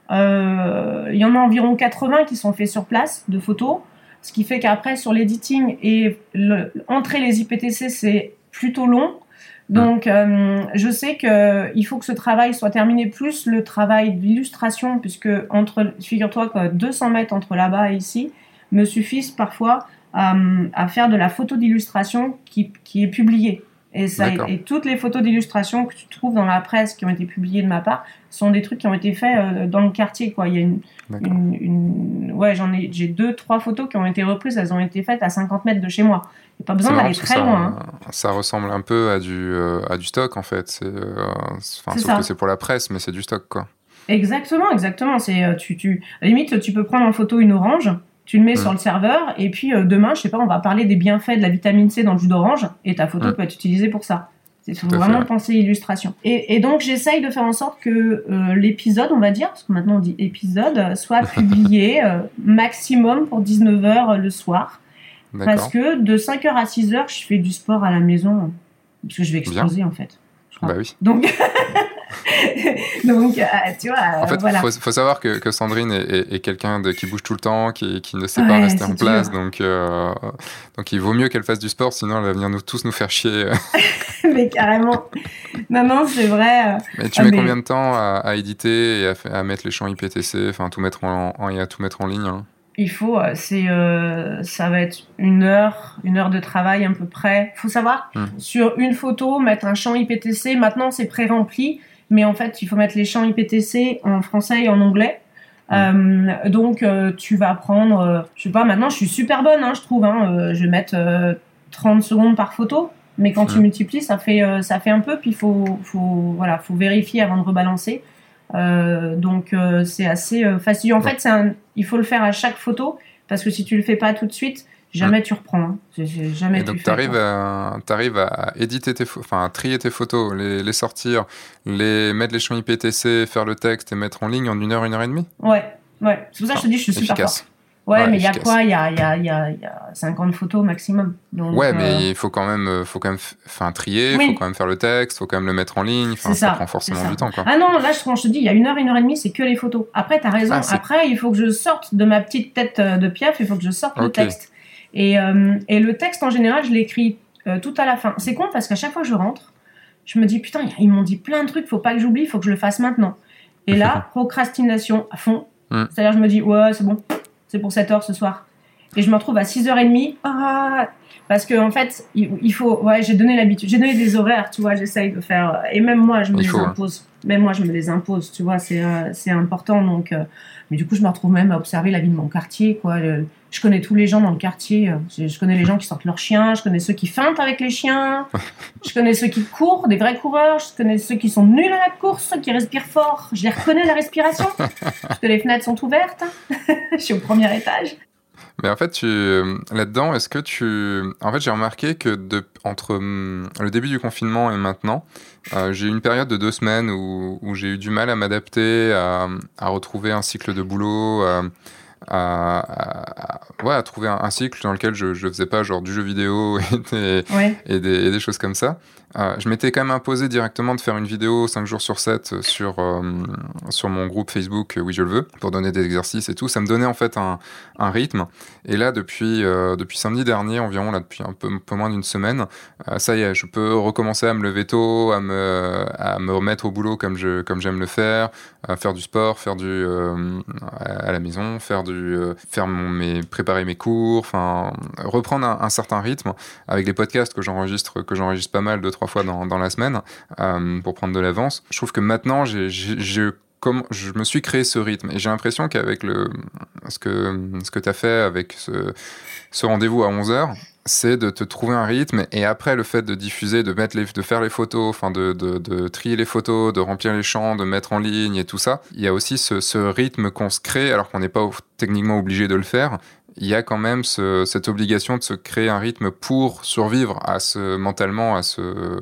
Euh, il y en a environ quatre-vingts qui sont faits sur place de photos, ce qui fait qu'après sur l'editing et le, entrer les I P T C c'est plutôt long, donc euh, je sais que il faut que ce travail soit terminé, plus le travail d'illustration, puisque entre, figure-toi que deux cents mètres entre là-bas et ici me suffisent parfois à, à faire de la photo d'illustration qui, qui est publiée. Et, ça, et toutes les photos d'illustration que tu trouves dans la presse qui ont été publiées de ma part sont des trucs qui ont été faits euh, dans le quartier, quoi. Il y a une, une, une ouais, j'en ai, j'ai deux, trois photos qui ont été reprises. Elles ont été faites à cinquante mètres de chez moi. Il n'y a pas besoin d'aller très ça, loin. Hein. Ça ressemble un peu à du, euh, à du stock en fait. C'est, euh, c'est, sauf ça. que c'est pour la presse, mais c'est du stock, quoi. Exactement, exactement. C'est, tu, tu, à la limite, tu peux prendre en photo une orange. Tu le mets mmh. sur le serveur et puis euh, demain, je sais pas, on va parler des bienfaits de la vitamine C dans le jus d'orange et ta photo mmh. peut être utilisée pour ça. Il faut vraiment fait. penser illustration. Et, et donc, j'essaye de faire en sorte que euh, l'épisode, on va dire, parce que maintenant on dit épisode, soit publié euh, maximum pour dix-neuf heures le soir. D'accord. Parce que de cinq heures à six heures, je fais du sport à la maison parce que je vais exploser Bien. en fait. Bah oui. Donc... Donc, euh, tu vois, en fait, il voilà. faut, faut savoir que, que Sandrine est, est, est quelqu'un de, qui bouge tout le temps, qui, qui ne sait ouais, pas rester en place, donc, euh, donc il vaut mieux qu'elle fasse du sport, sinon elle va venir nous, tous nous faire chier. Mais carrément. Non, non, c'est vrai. Mais tu ah, mets mais... combien de temps à, à éditer et à, à mettre les champs I P T C, enfin tout mettre en, en, et à tout mettre en ligne hein. Il faut, c'est, euh, ça va être une heure, une heure de travail à peu près. Il faut savoir, mmh. sur une photo, mettre un champ I P T C, maintenant c'est pré-rempli, mais en fait, il faut mettre les champs I P T C en français et en anglais. Mmh. Euh, donc, euh, tu vas prendre, euh, je sais pas, maintenant je suis super bonne, hein, je trouve, hein, euh, je vais mettre euh, trente secondes par photo, mais quand mmh. tu multiplies, ça fait, euh, ça fait un peu, puis il faut, faut, voilà, faut vérifier avant de rebalancer. Euh, donc euh, c'est assez euh, facile. En ouais. fait, c'est un... il faut le faire à chaque photo parce que si tu le fais pas tout de suite, jamais mmh. tu reprends. Hein. C'est, c'est jamais. Et donc tu arrives à, t'arrives à éditer tes, pho- enfin à trier tes photos, les, les sortir, les mettre les champs I P T C, faire le texte et mettre en ligne en une heure, une heure et demie. Ouais, ouais. C'est pour ça que je te dis, je suis super forte. Ouais, ouais, mais il y a quoi Il y a, y, a, y, a, y a cinquante photos maximum. Donc, ouais, euh... mais il faut quand même, faut quand même enfin, trier, il oui. faut quand même faire le texte, il faut quand même le mettre en ligne. Ça, ça prend forcément du temps. Quoi. Ah non, là, quand je te dis, il y a une heure, une heure et demie, c'est que les photos. Après, tu as raison. Ah, Après, il faut que je sorte de ma petite tête de Piaf, il faut que je sorte okay. le texte. Et, euh, et le texte, en général, je l'écris euh, tout à la fin. C'est con parce qu'à chaque fois que je rentre, je me dis, putain, ils m'ont dit plein de trucs, faut pas que j'oublie, il faut que je le fasse maintenant. Et là, procrastination à fond. Mm. C'est-à-dire, je me dis, ouais, c'est bon, c'est pour sept heures ce soir. Et je me retrouve à six heures trente, ah, parce que en fait, il, il faut, ouais, j'ai donné l'habitude, j'ai donné des horaires, tu vois, j'essaye de faire, et même moi, je me il les faut, impose, hein. même moi, je me les impose, tu vois, c'est, euh, c'est important, donc, euh, mais du coup, je me retrouve même à observer la vie de mon quartier, quoi. Le, je connais tous les gens dans le quartier, je, je connais les gens qui sortent leurs chiens, je connais ceux qui feintent avec les chiens, je connais ceux qui courent, des vrais coureurs, je connais ceux qui sont nuls à la course, ceux qui respirent fort, je les reconnais la respiration, parce que les fenêtres sont ouvertes, je suis au premier étage. Mais en fait, tu, là-dedans, est-ce que tu... En fait, j'ai remarqué que de, entre hum, le début du confinement et maintenant, euh, j'ai eu une période de deux semaines où, où j'ai eu du mal à m'adapter, à, à retrouver un cycle de boulot, à, à, à, à, ouais, à trouver un, un cycle dans lequel je ne faisais pas genre du jeu vidéo et des, Ouais. et des, et des choses comme ça. Euh, je m'étais quand même imposé directement de faire une vidéo cinq jours sur sept sur, euh, sur mon groupe Facebook Oui Je Le Veux pour donner des exercices et tout. Ça me donnait en fait un, un rythme. Et là, depuis, euh, depuis samedi dernier environ, là, depuis un peu, un peu moins d'une semaine, euh, ça y est, je peux recommencer à me lever tôt, à me, à me remettre au boulot comme, je, comme j'aime le faire, à faire du sport, faire du, euh, à la maison, faire, du, euh, faire mon, mes, préparer mes cours, enfin, reprendre un, un certain rythme avec les podcasts que j'enregistre, que j'enregistre pas mal, deux, trois fois dans, dans la semaine, euh, pour prendre de l'avance. Je trouve que maintenant, j'ai, j'ai, j'ai comme je me suis créé ce rythme et j'ai l'impression qu'avec le, ce que, ce que tu as fait avec ce, ce rendez-vous à onze heures, c'est de te trouver un rythme et après le fait de diffuser, de, mettre les, de faire les photos, enfin de, de, de trier les photos, de remplir les champs, de mettre en ligne et tout ça, il y a aussi ce, ce rythme qu'on se crée alors qu'on n'est pas techniquement obligé de le faire. Il y a quand même ce, cette obligation de se créer un rythme pour survivre à ce, mentalement à ce,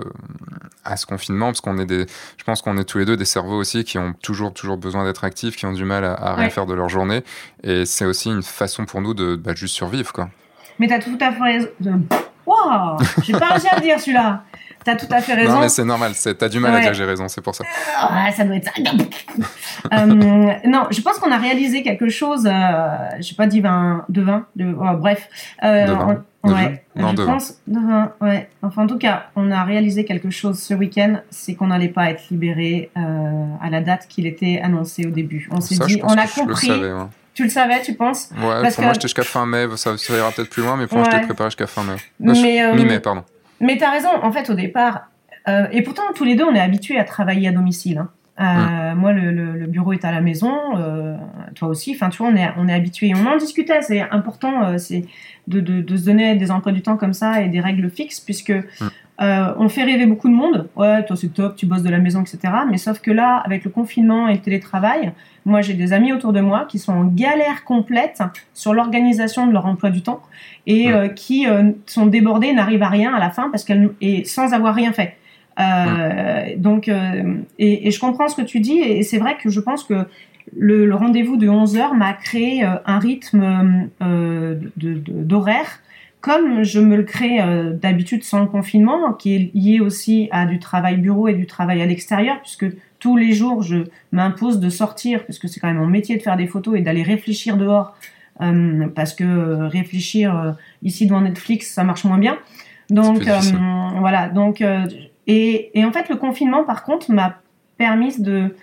à ce confinement, parce qu'on est des, je pense qu'on est tous les deux des cerveaux aussi qui ont toujours, toujours besoin d'être actifs, qui ont du mal à, à rien Ouais. faire de leur journée. Et c'est aussi une façon pour nous de bah, juste survivre, quoi. Mais t'as tout à fait raison. Waouh, j'ai pas réussi à le dire celui-là. T'as tout à fait raison. Non, mais c'est normal, c'est, t'as du mal ouais. à dire que j'ai raison, c'est pour ça. Ah, ça doit être ça. euh, non, je pense qu'on a réalisé quelque chose, euh, je sais pas, dit vingt, de vingt, de, oh, bref. Euh, de vingt. On, de ouais, non, je de pense, de vingt, ouais. Enfin, en tout cas, on a réalisé quelque chose ce week-end, c'est qu'on n'allait pas être libéré euh, à la date qu'il était annoncé au début. On s'est ça, dit, on a compris. Je le savais, ouais. Tu le savais, tu penses? Ouais, Parce pour que... moi, j'étais jusqu'à fin mai, ça, ça ira peut-être plus loin, mais pour ouais. moi, j'étais préparé jusqu'à fin mai. Mais, euh, mi-mai, pardon. Mais t'as raison, en fait, au départ, euh, et pourtant, tous les deux, on est habitués à travailler à domicile. Hein. Euh, mmh. Moi, le, le, le bureau est à la maison, euh, toi aussi. Enfin, tu vois, on est, on est habitués. On en discutait, c'est important, euh, c'est de, de, de se donner des emplois du temps comme ça et des règles fixes, puisque mmh. euh, on fait rêver beaucoup de monde. Ouais, toi, c'est top, tu bosses de la maison, et cetera. Mais sauf que là, avec le confinement et le télétravail, moi, j'ai des amis autour de moi qui sont en galère complète sur l'organisation de leur emploi du temps et mmh. euh, qui euh, sont débordés, n'arrivent à rien à la fin parce qu'elles et sans avoir rien fait. Euh, mmh. Donc, euh, et, et je comprends ce que tu dis, et c'est vrai que je pense que le, le rendez-vous de onze heures m'a créé euh, un rythme euh, de, de, d'horaire, comme je me le crée euh, d'habitude sans le confinement, qui est lié aussi à du travail bureau et du travail à l'extérieur, puisque tous les jours, je m'impose de sortir, parce que c'est quand même mon métier de faire des photos et d'aller réfléchir dehors, euh, parce que euh, réfléchir euh, ici devant Netflix, ça marche moins bien. Donc, euh, voilà, donc... Euh, Et, et en fait, le confinement, par contre, m'a permis de,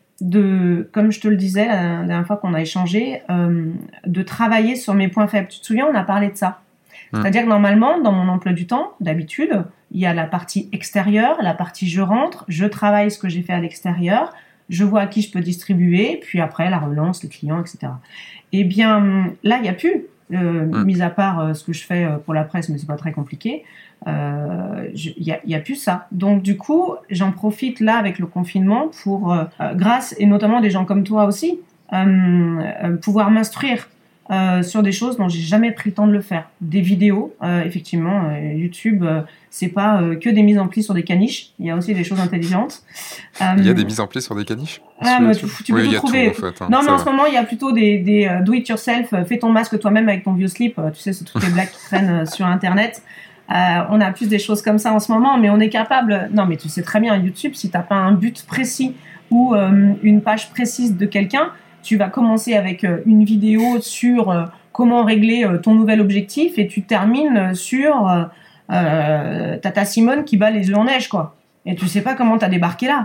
de, comme je te le disais la dernière fois qu'on a échangé, euh, de travailler sur mes points faibles. Tu te souviens, on a parlé de ça. Mmh. C'est-à-dire que normalement, dans mon emploi du temps, d'habitude, il y a la partie extérieure, la partie je rentre, je travaille ce que j'ai fait à l'extérieur, je vois à qui je peux distribuer, puis après, la relance, les clients, et cetera. Eh bien, là, il n'y a plus. Euh, mmh. Mis à part euh, ce que je fais euh, pour la presse, mais c'est pas très compliqué, il euh, y, y a plus ça. Donc du coup, j'en profite là avec le confinement pour, euh, grâce et notamment des gens comme toi aussi, euh, euh, pouvoir m'instruire euh, sur des choses dont j'ai jamais pris le temps de le faire. Des vidéos, euh, effectivement, euh, YouTube, euh, c'est pas euh, que des mises en pli sur des caniches. Il y a aussi des choses intelligentes. Euh, il y a des mises en pli sur des caniches. Ah, bah, tu, tu peux oui, tout trouver. Tout, en fait, hein, non, mais en va. ce moment, il y a plutôt des, des uh, do-it-yourself. Fais ton masque toi-même avec ton vieux slip. Tu sais, c'est toutes les blagues qui traînent sur Internet. Euh, on a plus des choses comme ça en ce moment, mais on est capable. Non, mais tu sais très bien, YouTube, si t'as pas un but précis ou euh, une page précise de quelqu'un, tu vas commencer avec euh, une vidéo sur euh, comment régler euh, ton nouvel objectif et tu termines sur euh, euh, Tata Simone qui bat les œufs en neige, quoi. Et tu sais pas comment t'as débarqué là.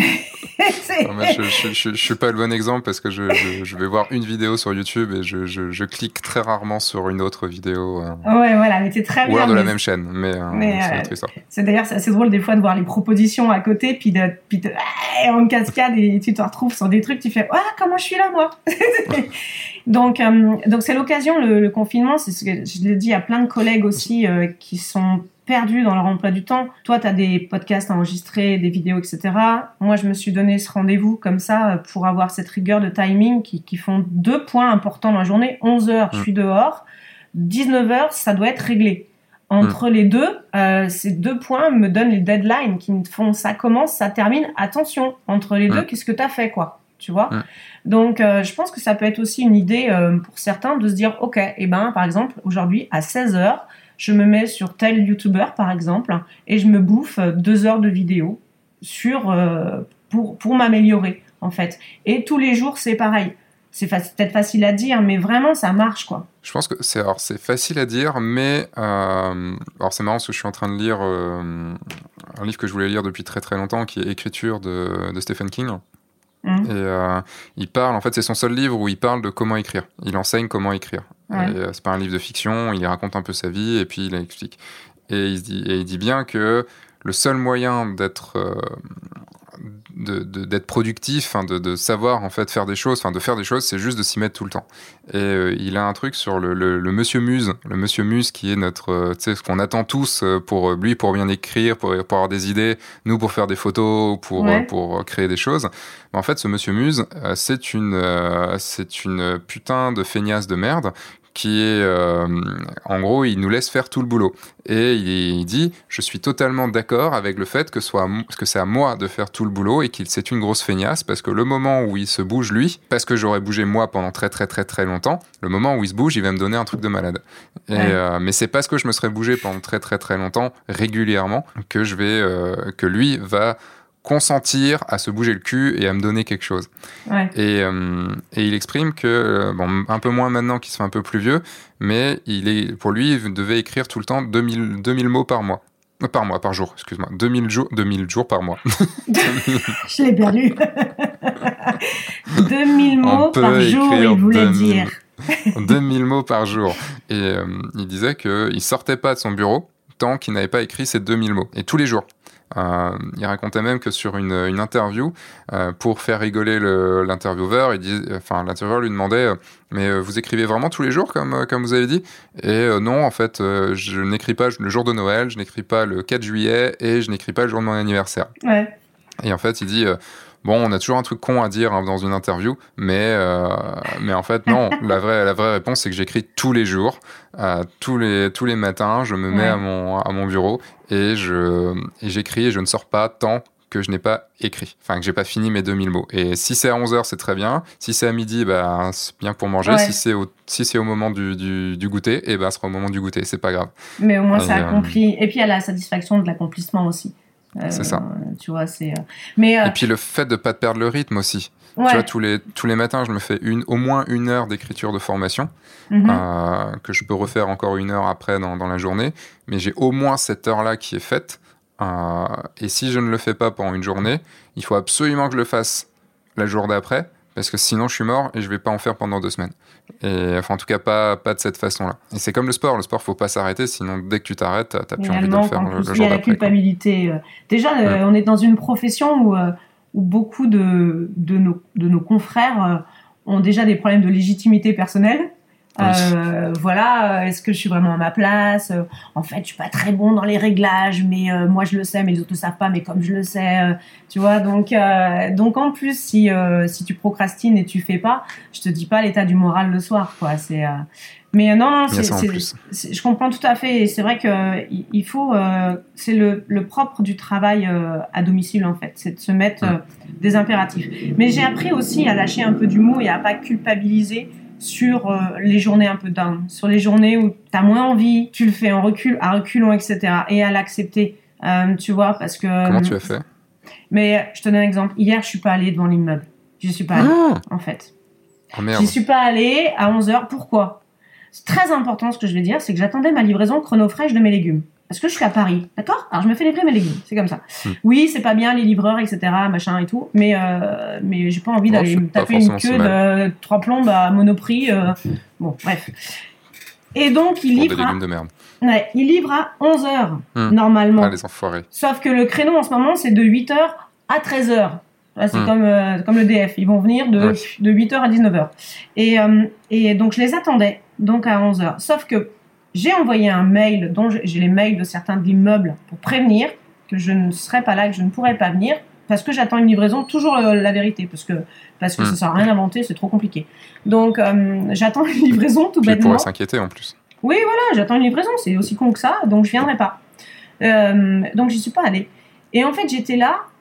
non, mais je, je, je, je suis pas le bon exemple parce que je, je, je vais voir une vidéo sur YouTube et je, je, je clique très rarement sur une autre vidéo. Euh, ouais, voilà, mais t'es très ou bien. Ou alors de mais... la même chaîne, mais, euh, mais c'est euh, autre histoire. C'est d'ailleurs c'est assez drôle des fois de voir les propositions à côté, puis de, puis de en cascade et tu te retrouves sur des trucs, tu fais ah comment je suis là moi. donc euh, donc c'est l'occasion le, le confinement, c'est ce que je l'ai dit à plein de collègues aussi euh, qui sont perdus dans leur emploi du temps. Toi, tu as des podcasts enregistrés, des vidéos, et cetera. Moi, je me suis donné ce rendez-vous comme ça pour avoir cette rigueur de timing qui, qui font deux points importants dans la journée. onze heures, mmh. je suis dehors. dix-neuf heures, ça doit être réglé. Entre mmh. les deux, euh, ces deux points me donnent les deadlines qui me font ça commence, ça termine. Attention, entre les mmh. deux, qu'est-ce que tu as fait, quoi ? tu vois. Mm. Donc, euh, je pense que ça peut être aussi une idée euh, pour certains de se dire, ok, eh ben, par exemple, aujourd'hui, à seize heures, je me mets sur tel YouTuber, par exemple, et je me bouffe deux heures de vidéo sur, euh, pour, pour m'améliorer, en fait. Et tous les jours, c'est pareil. C'est fa- peut-être facile à dire, mais vraiment, ça marche, quoi. Je pense que c'est, alors, c'est facile à dire, mais euh, alors c'est marrant parce que je suis en train de lire euh, un livre que je voulais lire depuis très très longtemps, qui est Écriture de, de Stephen King. Mmh. Et euh, il parle, en fait, c'est son seul livre où il parle de comment écrire. Il enseigne comment écrire. Ouais. Et, euh, c'est pas un livre de fiction, il raconte un peu sa vie et puis il explique. Et il, se dit, et il dit bien que le seul moyen d'être, euh, de, de, d'être productif, hein, de, de savoir en fait faire des choses, enfin de faire des choses, c'est juste de s'y mettre tout le temps. Et euh, il a un truc sur le, le, le Monsieur Muse, le Monsieur Muse qui est notre, euh, tu sais, ce qu'on attend tous pour lui, pour bien écrire, pour, pour avoir des idées, nous pour faire des photos, pour, Ouais. euh, pour créer des choses. Mais en fait, ce Monsieur Muse, euh, c'est une, euh, c'est une putain de feignasse de merde. Qui est, euh, en gros, il nous laisse faire tout le boulot. Et il, il dit, je suis totalement d'accord avec le fait que, soit, que c'est à moi de faire tout le boulot et qu'il c'est une grosse feignasse parce que le moment où il se bouge lui, parce que j'aurais bougé moi pendant très très très très longtemps, le moment où il se bouge, il va me donner un truc de malade. Et, Ouais. euh, mais c'est parce que je me serais bougé pendant très très très longtemps, régulièrement, que je vais, euh, que lui va consentir à se bouger le cul et à me donner quelque chose. Ouais. Et, euh, et il exprime que, euh, bon, un peu moins maintenant qu'il se fait un peu plus vieux, mais il est, pour lui, il devait écrire tout le temps deux mille, deux mille mots par mois. Euh, Par mois, par jour, excuse-moi. deux mille jours, deux mille jours par mois. Je l'ai perdu. deux mille On mots peut par jour, écrire il voulait deux mille dire. deux mille mots par jour. Et euh, il disait qu'il sortait pas de son bureau tant qu'il n'avait pas écrit ces deux mille mots. Et tous les jours. Euh, il racontait même que sur une, une interview, euh, pour faire rigoler le, l'intervieweur, il dit, enfin, l'intervieweur lui demandait euh, mais euh, vous écrivez vraiment tous les jours comme, euh, comme vous avez dit? Et euh, non, en fait, euh, je n'écris pas le jour de Noël, je n'écris pas le quatre juillet et je n'écris pas le jour de mon anniversaire. Ouais. Et en fait, il dit euh, bon, on a toujours un truc con à dire hein, dans une interview, mais, euh, mais en fait, non. la, vraie, la vraie réponse, c'est que j'écris tous les jours, euh, tous, les, tous les matins, je me mets Ouais. à, mon, à mon bureau et, je, et j'écris et je ne sors pas tant que je n'ai pas écrit, enfin que j'ai pas fini mes deux mille mots. Et si c'est à onze heures, c'est très bien. Si c'est à midi, bah, c'est bien pour manger. Ouais. Si c'est au, si c'est au moment du, du, du goûter, et bah, ce sera au moment du goûter, c'est pas grave. Mais au moins, Et, ça euh, accomplit. Et puis, il y a la satisfaction de l'accomplissement aussi. Euh, C'est ça. Tu vois, c'est. euh, Mais. euh, Et puis le fait de pas te perdre le rythme aussi. ouais. Tu vois, tous les, tous les matins, je me fais une, au moins une heure d'écriture de formation, Mhm. euh, que je peux refaire encore une heure après dans, dans la journée, mais j'ai au moins cette heure-là qui est faite. Euh, et si je ne le fais pas pendant une journée, il faut absolument que je le fasse la jour d'après, parce que sinon je suis mort et je vais pas en faire pendant deux semaines. Et enfin, en tout cas, pas, pas de cette façon-là. Et c'est comme le sport, le sport, faut pas s'arrêter, sinon dès que tu t'arrêtes, t'as, t'as plus envie de le Réellement, faire en le, plus, le il y jour a la d'après. quoi. culpabilité. euh. Déjà, euh, Ouais. on est dans une profession où, euh, où beaucoup de, de, nos, de nos confrères euh, ont déjà des problèmes de légitimité personnelle. Oui. Euh, voilà, euh, est-ce que je suis vraiment à ma place? Euh, En fait, je suis pas très bon dans les réglages, mais euh, moi je le sais, mais les autres le savent pas, mais comme je le sais, euh, tu vois. Donc, euh, donc en plus, si euh, si tu procrastines et tu fais pas, je te dis pas l'état du moral le soir, quoi. C'est euh, mais euh, non, non, Il y a c'est, ça en c'est- plus. c'est- je comprends tout à fait. Et c'est vrai que euh, il il faut, euh, c'est le, le propre du travail euh, à domicile en fait, c'est de se mettre euh, des impératifs. Mais j'ai appris aussi à lâcher un peu d'humour et à pas culpabiliser sur euh, les journées un peu down, sur les journées où t'as moins envie, tu le fais en recul, à reculons, et cetera. Et à l'accepter, euh, tu vois, parce que. Comment tu as fait? Mais je te donne un exemple. Hier, je suis pas allée devant l'immeuble. Je suis pas allée, Ah, en fait. oh merde. J'y suis pas allée à onze heures. Pourquoi? C'est très important ce que je vais dire, c'est que j'attendais ma livraison chronofresh de mes légumes. Parce que je suis à Paris, d'accord? Alors je me fais livrer mes légumes, c'est comme ça. Hmm. Oui, c'est pas bien les livreurs, et cetera, machin et tout, mais euh, mais j'ai pas envie Oh, d'aller c'est me pas taper une forcément si queue de trois plombes à Monoprix. euh, Bon, bref. Et donc il Pour des livre, à, légumes de merde. ouais, il livre à onze heures Hmm. normalement. Ah, les enfoirés. Sauf que le créneau en ce moment c'est de huit heures à treize heures. Là, c'est Hmm. comme, euh, comme le D F, ils vont venir de, Ouais. de huit heures à dix-neuf heures. Et, euh, et donc je les attendais, donc à onze heures. Sauf que j'ai envoyé un mail, dont j'ai les mails de certains de l'immeuble pour prévenir que je ne serais pas là, que je ne pourrais pas venir, parce que j'attends une livraison, toujours euh, la vérité, parce que, parce que Hmm. ça sert à rien d'inventer, c'est trop compliqué. Donc euh, j'attends une livraison tout Puis ils bêtement. pourraient s'inquiéter en plus. Oui, voilà, j'attends une livraison, c'est aussi con que ça, donc je viendrai pas. Euh, donc j'y suis pas allée. Et en fait, j'étais là,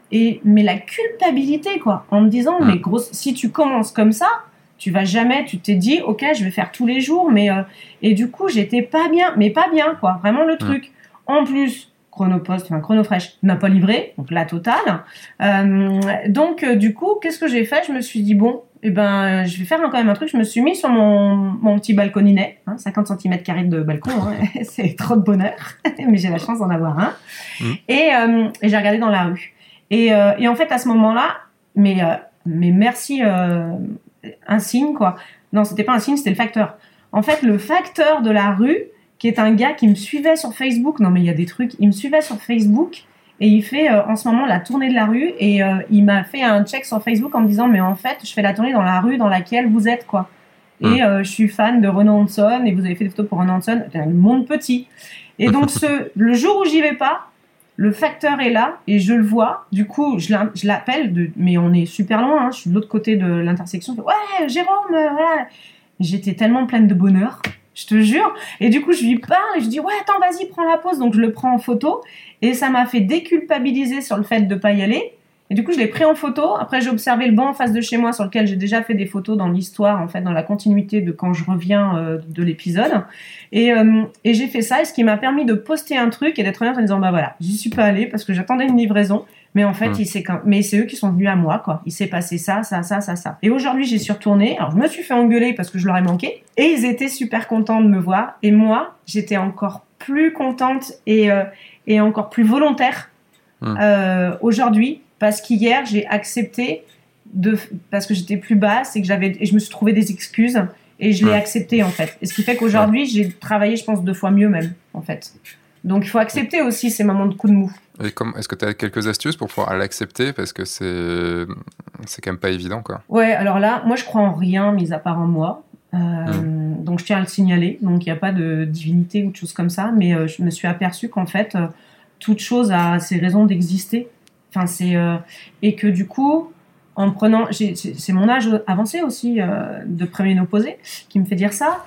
Et, mais la culpabilité, quoi, en me disant, mmh. mais grosse, si tu commences comme ça, tu vas jamais, tu t'es dit, ok, je vais faire tous les jours, mais, euh, et du coup, j'étais pas bien, mais pas bien, quoi, vraiment le truc. Mmh. En plus, Chronopost, enfin, Chronofresh n'a pas livré, donc la totale. Euh, donc, euh, du coup, qu'est-ce que j'ai fait? Je me suis dit, bon, eh ben, je vais faire quand même un truc. Je me suis mis sur mon, mon petit balconinet, hein, cinquante centimètres carrés de balcon, hein, c'est trop de bonheur, mais j'ai la chance d'en avoir un. Mmh. Et, euh, et j'ai regardé dans la rue. Et, euh, et en fait, à ce moment-là, mais, euh, mais merci, euh, un signe, quoi. Non, c'était pas un signe, c'était le facteur. En fait, le facteur de la rue, qui est un gars qui me suivait sur Facebook, non mais il y a des trucs, il me suivait sur Facebook, et il fait euh, en ce moment la tournée de la rue, et euh, il m'a fait un check sur Facebook en me disant, mais en fait, je fais la tournée dans la rue dans laquelle vous êtes, quoi. Mmh. Et euh, je suis fan de Renaud Hanson, et vous avez fait des photos pour Renaud Hanson, le monde petit. Et donc, ce, le jour où j'y vais pas, le facteur est là et je le vois. Du coup, je l'appelle, de, mais on est super loin. Hein, je suis de l'autre côté de l'intersection. Ouais, Jérôme, euh, ouais. J'étais tellement pleine de bonheur, je te jure. Et du coup, je lui parle et je dis ouais, attends, vas-y, prends la pause. Donc, je le prends en photo et ça m'a fait déculpabiliser sur le fait de pas y aller. Et du coup, je l'ai pris en photo. Après, j'ai observé le banc en face de chez moi sur lequel j'ai déjà fait des photos dans l'histoire, en fait, dans la continuité de quand je reviens euh, de l'épisode. Et, euh, et j'ai fait ça, et ce qui m'a permis de poster un truc et d'être honnête en disant, bah voilà, j'y suis pas allée parce que j'attendais une livraison. Mais en fait, mmh. il s'est quand... mais c'est eux qui sont venus à moi, quoi. Il s'est passé ça, ça, ça, ça, ça. Et aujourd'hui, j'y suis retournée. Alors, je me suis fait engueuler parce que je leur ai manqué. Et ils étaient super contents de me voir. Et moi, j'étais encore plus contente et, euh, et encore plus volontaire mmh. euh, aujourd'hui. Parce qu'hier, j'ai accepté, de, parce que j'étais plus basse et que j'avais, et je me suis trouvé des excuses et je l'ai ouais. accepté, en fait. Et ce qui fait qu'aujourd'hui, ouais. j'ai travaillé, je pense, deux fois mieux même, en fait. Donc, il faut accepter aussi ces moments de coup de mou. Et comme, est-ce que tu as quelques astuces pour pouvoir l'accepter? Parce que c'est, c'est quand même pas évident, quoi. Ouais, alors là, moi, je crois en rien, mis à part en moi. Euh, mmh. Donc, je tiens à le signaler. Donc, il n'y a pas de divinité ou de choses comme ça. Mais euh, je me suis aperçue qu'en fait, euh, toute chose a ses raisons d'exister. Enfin, c'est euh, et que du coup, en prenant, j'ai, c'est, c'est mon âge avancé aussi euh, de préménopausée qui me fait dire ça.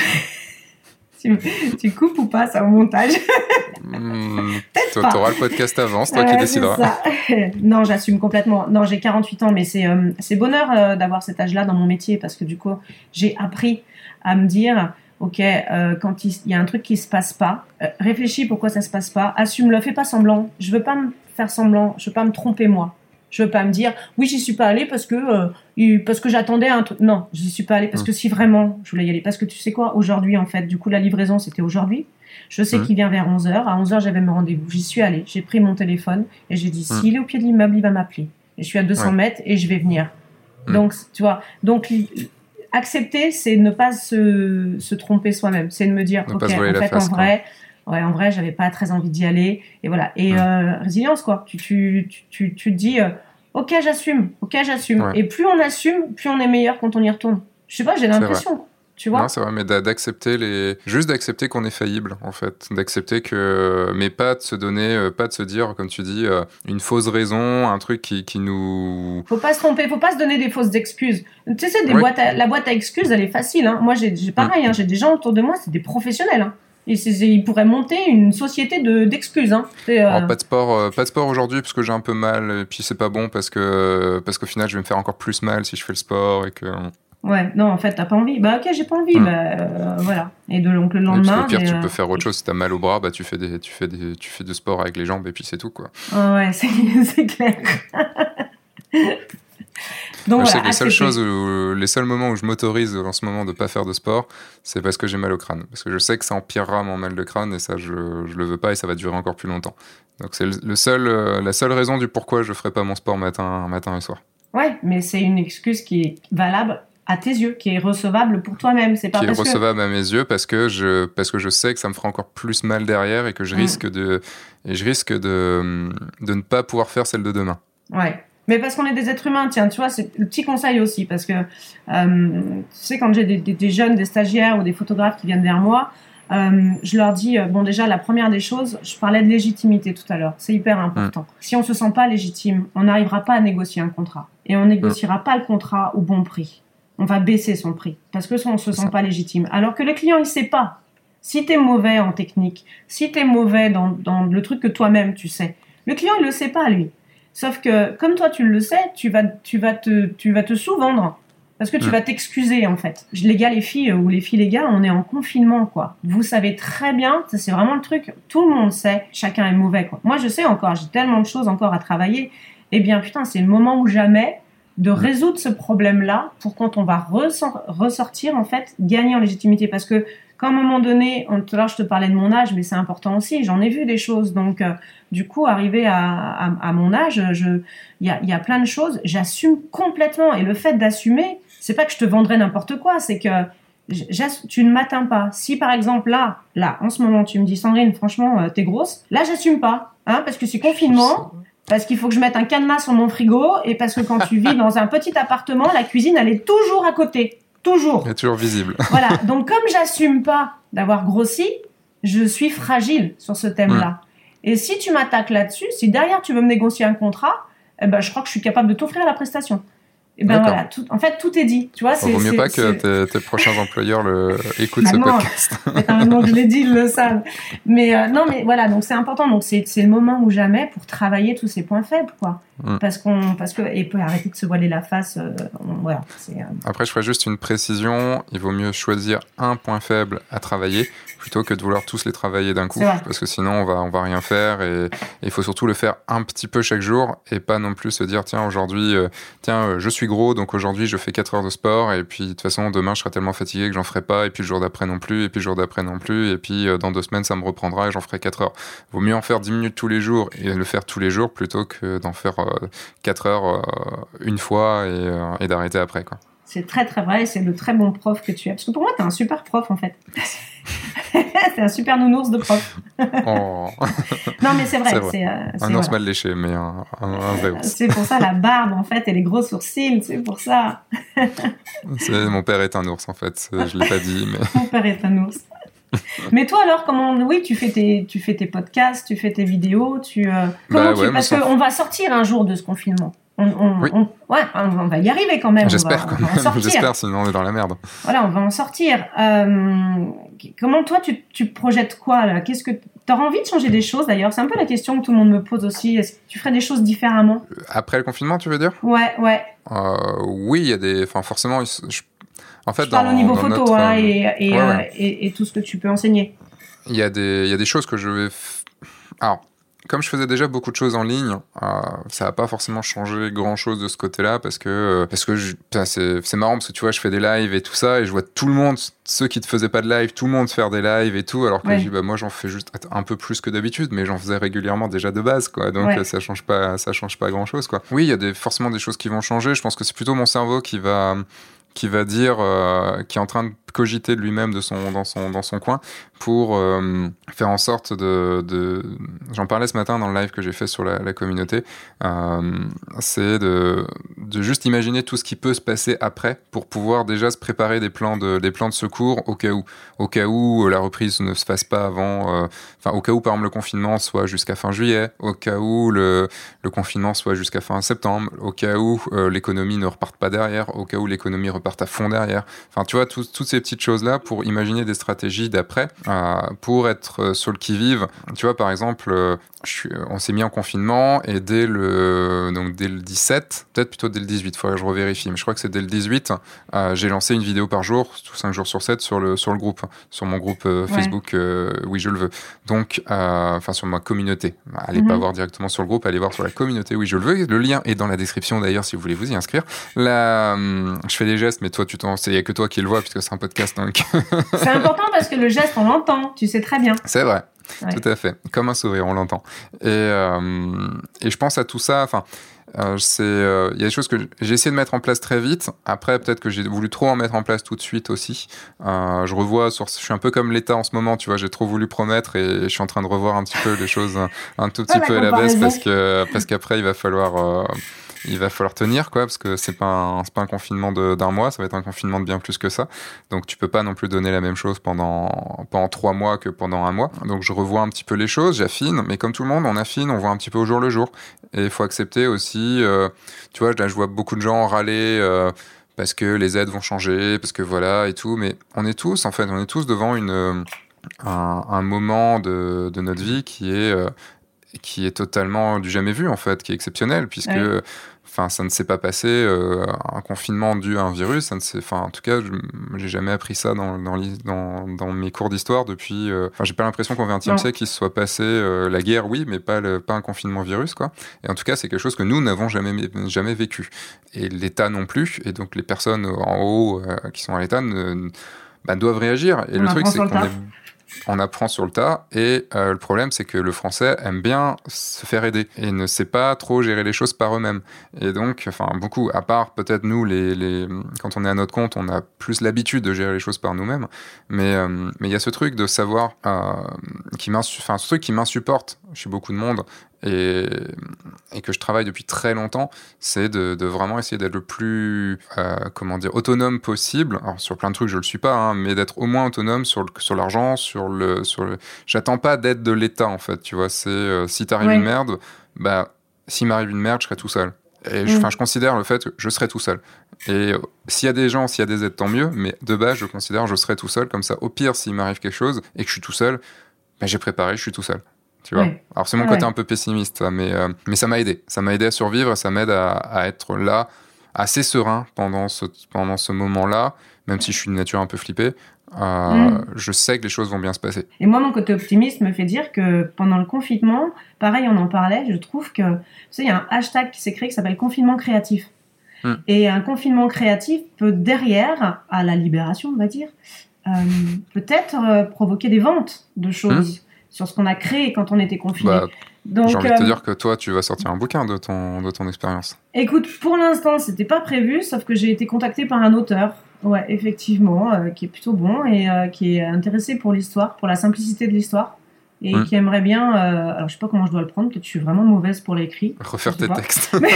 tu, tu coupes ou pas ça au montage? mmh, T'auras le podcast avant, c'est toi euh, qui décideras. Non, j'assume complètement. Non, j'ai quarante-huit ans, mais c'est euh, c'est bonheur euh, d'avoir cet âge-là dans mon métier parce que du coup, j'ai appris à me dire. Ok, euh, quand il y a un truc qui se passe pas, euh, réfléchis pourquoi ça se passe pas, assume-le, fais pas semblant. Je veux pas me faire semblant, je veux pas me tromper moi. Je veux pas me dire oui, j'y suis pas allée parce que euh, parce que j'attendais un truc. Non, j'y suis pas allée parce mmh. que si vraiment je voulais y aller, parce que tu sais quoi, aujourd'hui en fait, du coup la livraison c'était aujourd'hui. Je sais mmh. qu'il vient vers onze heures. À onze heures j'avais mon rendez-vous. J'y suis allée. J'ai pris mon téléphone et j'ai dit mmh. s'il est au pied de l'immeuble, il va m'appeler. Et je suis à deux cents ouais. mètres et je vais venir. Mmh. Donc tu vois, donc accepter, c'est ne pas se, se tromper soi-même. C'est de me dire, ne ok, en fait, face, en vrai, ouais, en vrai, j'avais pas très envie d'y aller. Et voilà. Et mmh. euh, résilience, quoi. Tu, tu, tu, tu, tu te dis, euh, ok, j'assume, ok, j'assume. Ouais. Et plus on assume, plus on est meilleur quand on y retourne. Je sais pas, j'ai l'impression. Tu vois? Non, c'est vrai, mais d'accepter les, juste d'accepter qu'on est faillible, en fait, d'accepter que, mais pas de se donner, pas de se dire, comme tu dis, une fausse raison, un truc qui, qui nous. Faut pas se tromper, faut pas se donner des fausses excuses. Tu sais, des ouais. boîtes à, la boîte à excuses, elle est facile. Hein. Moi, j'ai, j'ai pareil, mmh. hein, j'ai des gens autour de moi, c'est des professionnels. Hein. Et c'est, c'est, ils pourraient monter une société de, d'excuses. Hein. C'est, euh... Alors, pas de sport, euh, pas de sport aujourd'hui parce que j'ai un peu mal, et puis c'est pas bon parce que, parce qu'au final, je vais me faire encore plus mal si je fais le sport et que. Ouais, non, en fait, t'as pas envie. Bah, ok, j'ai pas envie, mmh. bah, euh, voilà. Et de, donc, le lendemain. Au pire, tu euh... peux faire autre chose. Si t'as mal au bras, bah, tu fais des, tu fais des, tu fais du sport avec les jambes et puis c'est tout, quoi. Oh, ouais, c'est, c'est clair. Donc, je voilà, sais que les seules choses où, les seuls moments où je m'autorise en ce moment de pas faire de sport, c'est parce que j'ai mal au crâne. Parce que je sais que ça empirera mon mal de crâne et ça, je, je le veux pas et ça va durer encore plus longtemps. Donc, c'est le, le seul, euh, la seule raison du pourquoi je ferai pas mon sport matin, matin et soir. Ouais, mais c'est une excuse qui est valable à tes yeux, qui est recevable pour toi-même. C'est pas qui est parce recevable que... à mes yeux parce que, je, parce que je sais que ça me fera encore plus mal derrière et que je risque, mmh. de, et je risque de, de ne pas pouvoir faire celle de demain. Ouais, mais parce qu'on est des êtres humains, tiens, tu vois, c'est le petit conseil aussi, parce que, euh, tu sais, quand j'ai des, des, des jeunes, des stagiaires ou des photographes qui viennent vers moi, euh, je leur dis, euh, bon, déjà, la première des choses, je parlais de légitimité tout à l'heure, c'est hyper important. Mmh. Si on se sent pas légitime, on n'arrivera pas à négocier un contrat. Et on négociera mmh. pas le contrat au bon prix. On va baisser son prix parce que ça, on se sent pas légitime. Alors que le client, il sait pas. Si t'es mauvais en technique, si t'es mauvais dans, dans le truc que toi-même tu sais, le client, il le sait pas, lui. Sauf que, comme toi, tu le sais, tu vas, tu vas te, tu vas te sous-vendre. Parce que tu mmh. vas t'excuser, en fait. Les gars, les filles, ou les filles, les gars, on est en confinement, quoi. Vous savez très bien, ça, c'est vraiment le truc, tout le monde sait, chacun est mauvais, quoi. Moi, je sais encore, j'ai tellement de choses encore à travailler. Eh bien, putain, c'est le moment ou jamais de résoudre ce problème-là pour quand on va ressor- ressortir, en fait, gagner en légitimité. Parce que, qu'à un moment donné, on, tout à l'heure, je te parlais de mon âge, mais c'est important aussi, j'en ai vu des choses. Donc, euh, du coup, arrivé à, à, à mon âge, il y a, y a plein de choses, j'assume complètement. Et le fait d'assumer, c'est pas que je te vendrais n'importe quoi, c'est que tu ne m'atteins pas. Si par exemple là, là, en ce moment, tu me dis Sandrine, franchement, euh, t'es grosse, là, j'assume pas, hein, parce que c'est confinement, parce qu'il faut que je mette un cadenas sur mon frigo, et parce que quand tu vis dans un petit appartement, la cuisine, elle est toujours à côté, toujours. Elle est toujours visible. Voilà. Donc comme j'assume pas d'avoir grossi, je suis fragile sur ce thème-là. Mmh. Et si tu m'attaques là-dessus, si derrière tu veux me négocier un contrat, eh ben je crois que je suis capable de t'offrir la prestation. Et ben voilà, tout, en fait, tout est dit. Tu vois, c'est, vaut mieux c'est, pas c'est... que tes, tes prochains employeurs le, écoutent bah ce non, podcast. Maintenant que je l'ai dit, ils le savent. Mais euh, non, mais voilà, donc c'est important. Donc c'est, c'est le moment ou jamais pour travailler tous ces points faibles, quoi. Mm. Parce qu'on, parce que, et peut arrêter de se voiler la face. Euh, on, voilà. C'est, euh... Après, je ferai juste une précision. Il vaut mieux choisir un point faible à travailler plutôt que de vouloir tous les travailler d'un coup, parce que sinon on va on va rien faire, et il faut surtout le faire un petit peu chaque jour et pas non plus se dire tiens aujourd'hui euh, tiens euh, je suis gros donc aujourd'hui je fais quatre heures de sport et puis de toute façon demain je serai tellement fatigué que j'en ferai pas, et puis le jour d'après non plus, et puis le jour d'après non plus, et puis euh, dans deux semaines ça me reprendra et j'en ferai quatre heures. Vaut mieux en faire dix minutes tous les jours et le faire tous les jours plutôt que d'en faire euh, quatre heures euh, une fois et, euh, et d'arrêter après, quoi. C'est très très vrai, et c'est le très bon prof que tu es. Parce que pour moi, t'es un super prof en fait. C'est un super nounours de prof. Oh. Non mais c'est vrai. C'est vrai. C'est, euh, c'est un ours voilà. mal léché, mais un, un, un vrai ours. C'est pour ça la barbe en fait et les gros sourcils, c'est pour ça. C'est, mon père est un ours en fait, c'est, je l'ai pas dit. Mais... Mon père est un ours. Mais toi alors, comment oui, tu fais tes, tu fais tes podcasts, tu fais tes vidéos, tu. Euh, comment bah, tu ouais, parce sans... qu'on va sortir un jour de ce confinement. On, on, oui. on, ouais, on va y arriver quand même. J'espère on va, quand on va en même. sortir. J'espère, sinon on est dans la merde. Voilà, on va en sortir. Euh, comment toi, tu, tu projettes quoi là ? Qu'est-ce que t'auras envie de changer des choses d'ailleurs ? C'est un peu la question que tout le monde me pose aussi. Est-ce que tu ferais des choses différemment ? Après le confinement, tu veux dire ? Ouais, ouais. Euh, oui, il y a des. Enfin, forcément, je... en fait, je parle dans, au niveau dans photo notre... hein, et, et, ouais, euh, ouais. et, et tout ce que tu peux enseigner. Il y a des, il y a des choses que je vais. F... Alors. Comme je faisais déjà beaucoup de choses en ligne, euh, ça n'a pas forcément changé grand-chose de ce côté-là, parce que, parce que je, c'est, c'est marrant, parce que tu vois, je fais des lives et tout ça, et je vois tout le monde, ceux qui ne faisaient pas de live, tout le monde faire des lives et tout, alors que ouais. je dis, bah, moi, j'en fais juste un peu plus que d'habitude, mais j'en faisais régulièrement déjà de base, quoi, donc ouais. ça change pas, ça change pas grand-chose, quoi. Oui, il y a des, forcément des choses qui vont changer, je pense que c'est plutôt mon cerveau qui va... qui va dire, euh, qui est en train de cogiter de lui-même de son, dans, son, dans son coin pour euh, faire en sorte de, de... J'en parlais ce matin dans le live que j'ai fait sur la, la communauté, euh, c'est de, de juste imaginer tout ce qui peut se passer après pour pouvoir déjà se préparer des plans de, des plans de secours au cas où. Au cas où la reprise ne se fasse pas avant... Enfin, euh, au cas où, par exemple, le confinement soit jusqu'à fin juillet, au cas où le, le confinement soit jusqu'à fin septembre, au cas où euh, l'économie ne reparte pas derrière, au cas où l'économie reparte à fond derrière. Enfin, tu vois, tout, toutes ces petites choses-là pour imaginer des stratégies d'après, euh, pour être sur le qui-vive. Tu vois, par exemple, euh, je suis, on s'est mis en confinement et dès le, donc dès le dix-sept, peut-être plutôt dès le dix-huit, il faudrait que je revérifie, mais je crois que c'est dès le dix-huit, euh, j'ai lancé une vidéo par jour, cinq jours sur sept, sur le, sur le groupe, sur mon groupe euh, Facebook, ouais. euh, oui, je le veux. Donc, enfin, euh, sur ma communauté. Allez mm-hmm. pas voir directement sur le groupe, allez voir sur la communauté, oui, je le veux. Le lien est dans la description d'ailleurs, si vous voulez vous y inscrire. Là, euh, je fais des gestes, mais toi, tu t'en, il n'y a que toi qui le vois, puisque c'est un podcast, donc. C'est important parce que le geste, on l'entend, tu sais très bien. C'est vrai. Ouais. Tout à fait, comme un sourire, on l'entend. Et, euh, et je pense à tout ça, enfin, euh, c'est, il euh, y a des choses que j'ai essayé de mettre en place très vite. Après, peut-être que j'ai voulu trop en mettre en place tout de suite aussi. Euh, je revois, sur, je suis un peu comme l'État en ce moment, tu vois, j'ai trop voulu promettre et je suis en train de revoir un petit peu les choses un, un tout petit ah, peu à la baisse parce que parce qu'après il va falloir. Euh, Il va falloir tenir, quoi, parce que c'est pas un, c'est pas un confinement de, d'un mois, ça va être un confinement de bien plus que ça. Donc, tu peux pas non plus donner la même chose pendant, pendant trois mois que pendant un mois. Donc, je revois un petit peu les choses, j'affine, mais comme tout le monde, on affine, on voit un petit peu au jour le jour. Et il faut accepter aussi, euh, tu vois, là, je vois beaucoup de gens râler, euh, parce que les aides vont changer, parce que voilà, et tout, mais on est tous, en fait, on est tous devant une, un, un moment de, de notre vie qui est, euh, qui est totalement du jamais vu en fait, qui est exceptionnel puisque Ouais. enfin ça ne s'est pas passé euh, un confinement dû à un virus, ça ne s'est, enfin en tout cas je, j'ai jamais appris ça dans dans, dans, dans mes cours d'histoire depuis. Euh, enfin j'ai pas l'impression qu'au vingtième siècle il se soit passé euh, la guerre oui mais pas le, pas un confinement virus quoi. Et en tout cas c'est quelque chose que nous n'avons jamais jamais vécu et l'État non plus et donc les personnes en haut euh, qui sont à l'État ne, bah, doivent réagir et On le truc c'est qu'on tas. est on apprend sur le tas et euh, le problème c'est que le français aime bien se faire aider et ne sait pas trop gérer les choses par eux-mêmes et donc enfin beaucoup à part peut-être nous les, les quand on est à notre compte on a plus l'habitude de gérer les choses par nous-mêmes mais euh, mais il y a ce truc de savoir euh, qui enfin ce truc qui m'insupporte chez beaucoup de monde et, et que je travaille depuis très longtemps, c'est de, de vraiment essayer d'être le plus euh, comment dire autonome possible. Alors sur plein de trucs je le suis pas, hein, mais d'être au moins autonome sur le, sur l'argent, sur le sur le. J'attends pas d'aide de l'État en fait, tu vois. C'est euh, si t'arrive Oui. une merde, bah s'il m'arrive une merde, je serai tout seul. Et je, Mm. je considère le fait que je serai tout seul. Et euh, s'il y a des gens, s'il y a des aides, tant mieux. Mais de base, je considère que je serai tout seul. Comme ça, au pire, s'il m'arrive quelque chose et que je suis tout seul, bah, j'ai préparé, je suis tout seul. Tu vois. Oui. Alors c'est mon Ouais. côté un peu pessimiste, mais, euh, mais ça m'a aidé. Ça m'a aidé à survivre, ça m'aide à, à être là, assez serein pendant ce, pendant ce moment-là, même si je suis de nature un peu flippée. Euh, Mm. Je sais que les choses vont bien se passer. Et moi, mon côté optimiste me fait dire que pendant le confinement, pareil, on en parlait, je trouve que, tu sais, il y a un hashtag qui s'est créé qui s'appelle confinement créatif. Mm. Et un confinement créatif peut, derrière, à la libération, on va dire, euh, peut-être euh, provoquer des ventes de choses. Mm. Sur ce qu'on a créé quand on était confiné. Bah, Donc, j'ai envie euh, de te dire que toi, tu vas sortir un bouquin de ton, de ton expérience. Écoute, pour l'instant, c'était pas prévu, sauf que j'ai été contactée par un auteur, ouais, effectivement, euh, qui est plutôt bon et euh, qui est intéressé pour l'histoire, pour la simplicité de l'histoire, et Mm. qui aimerait bien. Euh, alors, je sais pas comment je dois le prendre, peut-être que je suis vraiment mauvaise pour l'écrit. Refaire tes pas. textes. mais,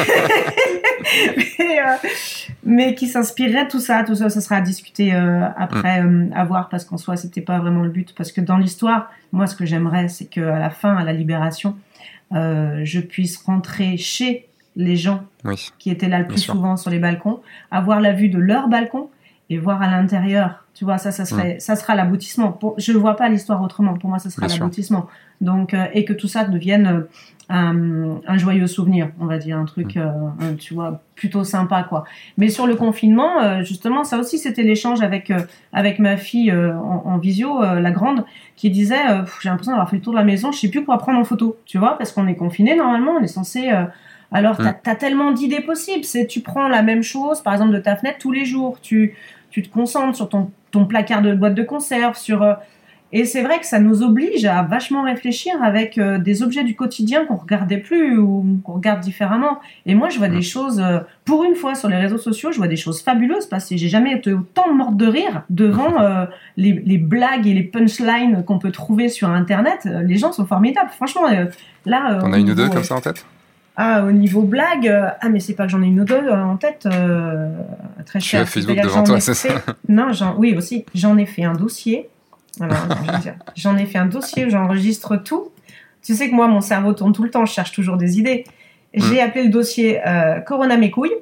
mais, euh, mais qui s'inspirerait de tout ça, tout ça, ça sera à discuter euh, après, mm. euh, à voir, parce qu'en soi, c'était pas vraiment le but. Parce que dans l'histoire, moi, ce que j'aimerais, c'est qu'à la fin, à la libération, euh, je puisse rentrer chez les gens oui. qui étaient là le plus Bien souvent sûr. sur les balcons, avoir la vue de leur balcon et voir à l'intérieur. Tu vois, ça, ça, serait, mmh. ça sera l'aboutissement. Pour, je ne vois pas l'histoire autrement. Pour moi, ça sera Bien l'aboutissement. Sûr. Donc, euh, et que tout ça devienne euh, un, un joyeux souvenir, on va dire, un truc, mmh. euh, un, tu vois, plutôt sympa, quoi. Mais sur le confinement, euh, justement, ça aussi, c'était l'échange avec, euh, avec ma fille euh, en, en visio, euh, la grande, qui disait, euh, j'ai l'impression d'avoir fait le tour de la maison, je ne sais plus quoi prendre en photo, tu vois, parce qu'on est confiné, normalement, on est censé... Euh, Alors, tu as tellement d'idées possibles. C'est, tu prends la même chose, par exemple, de ta fenêtre tous les jours. Tu, tu te concentres sur ton, ton placard de boîte de conserve. Sur, euh, et c'est vrai que ça nous oblige à vachement réfléchir avec euh, des objets du quotidien qu'on ne regardait plus ou qu'on regarde différemment. Et moi, je vois mmh. des choses, euh, pour une fois, sur les réseaux sociaux, je vois des choses fabuleuses parce que j'ai jamais été autant morte de rire devant euh, les, les blagues et les punchlines qu'on peut trouver sur Internet. Les gens sont formidables. Franchement, euh, là... T'en as une ou deux comme ça en tête ? Ah, au niveau blague, euh, ah mais c'est pas que j'en ai une ou deux euh, en tête. Euh, très cher. Tu as Facebook C'est-à-dire devant toi, fait... c'est ça ? Non, j'en... oui aussi. J'en ai fait un dossier. Alors, je veux dire, j'en ai fait un dossier où j'enregistre tout. Tu sais que moi, mon cerveau tourne tout le temps. Je cherche toujours des idées. J'ai mmh. appelé le dossier euh, Corona mes couilles.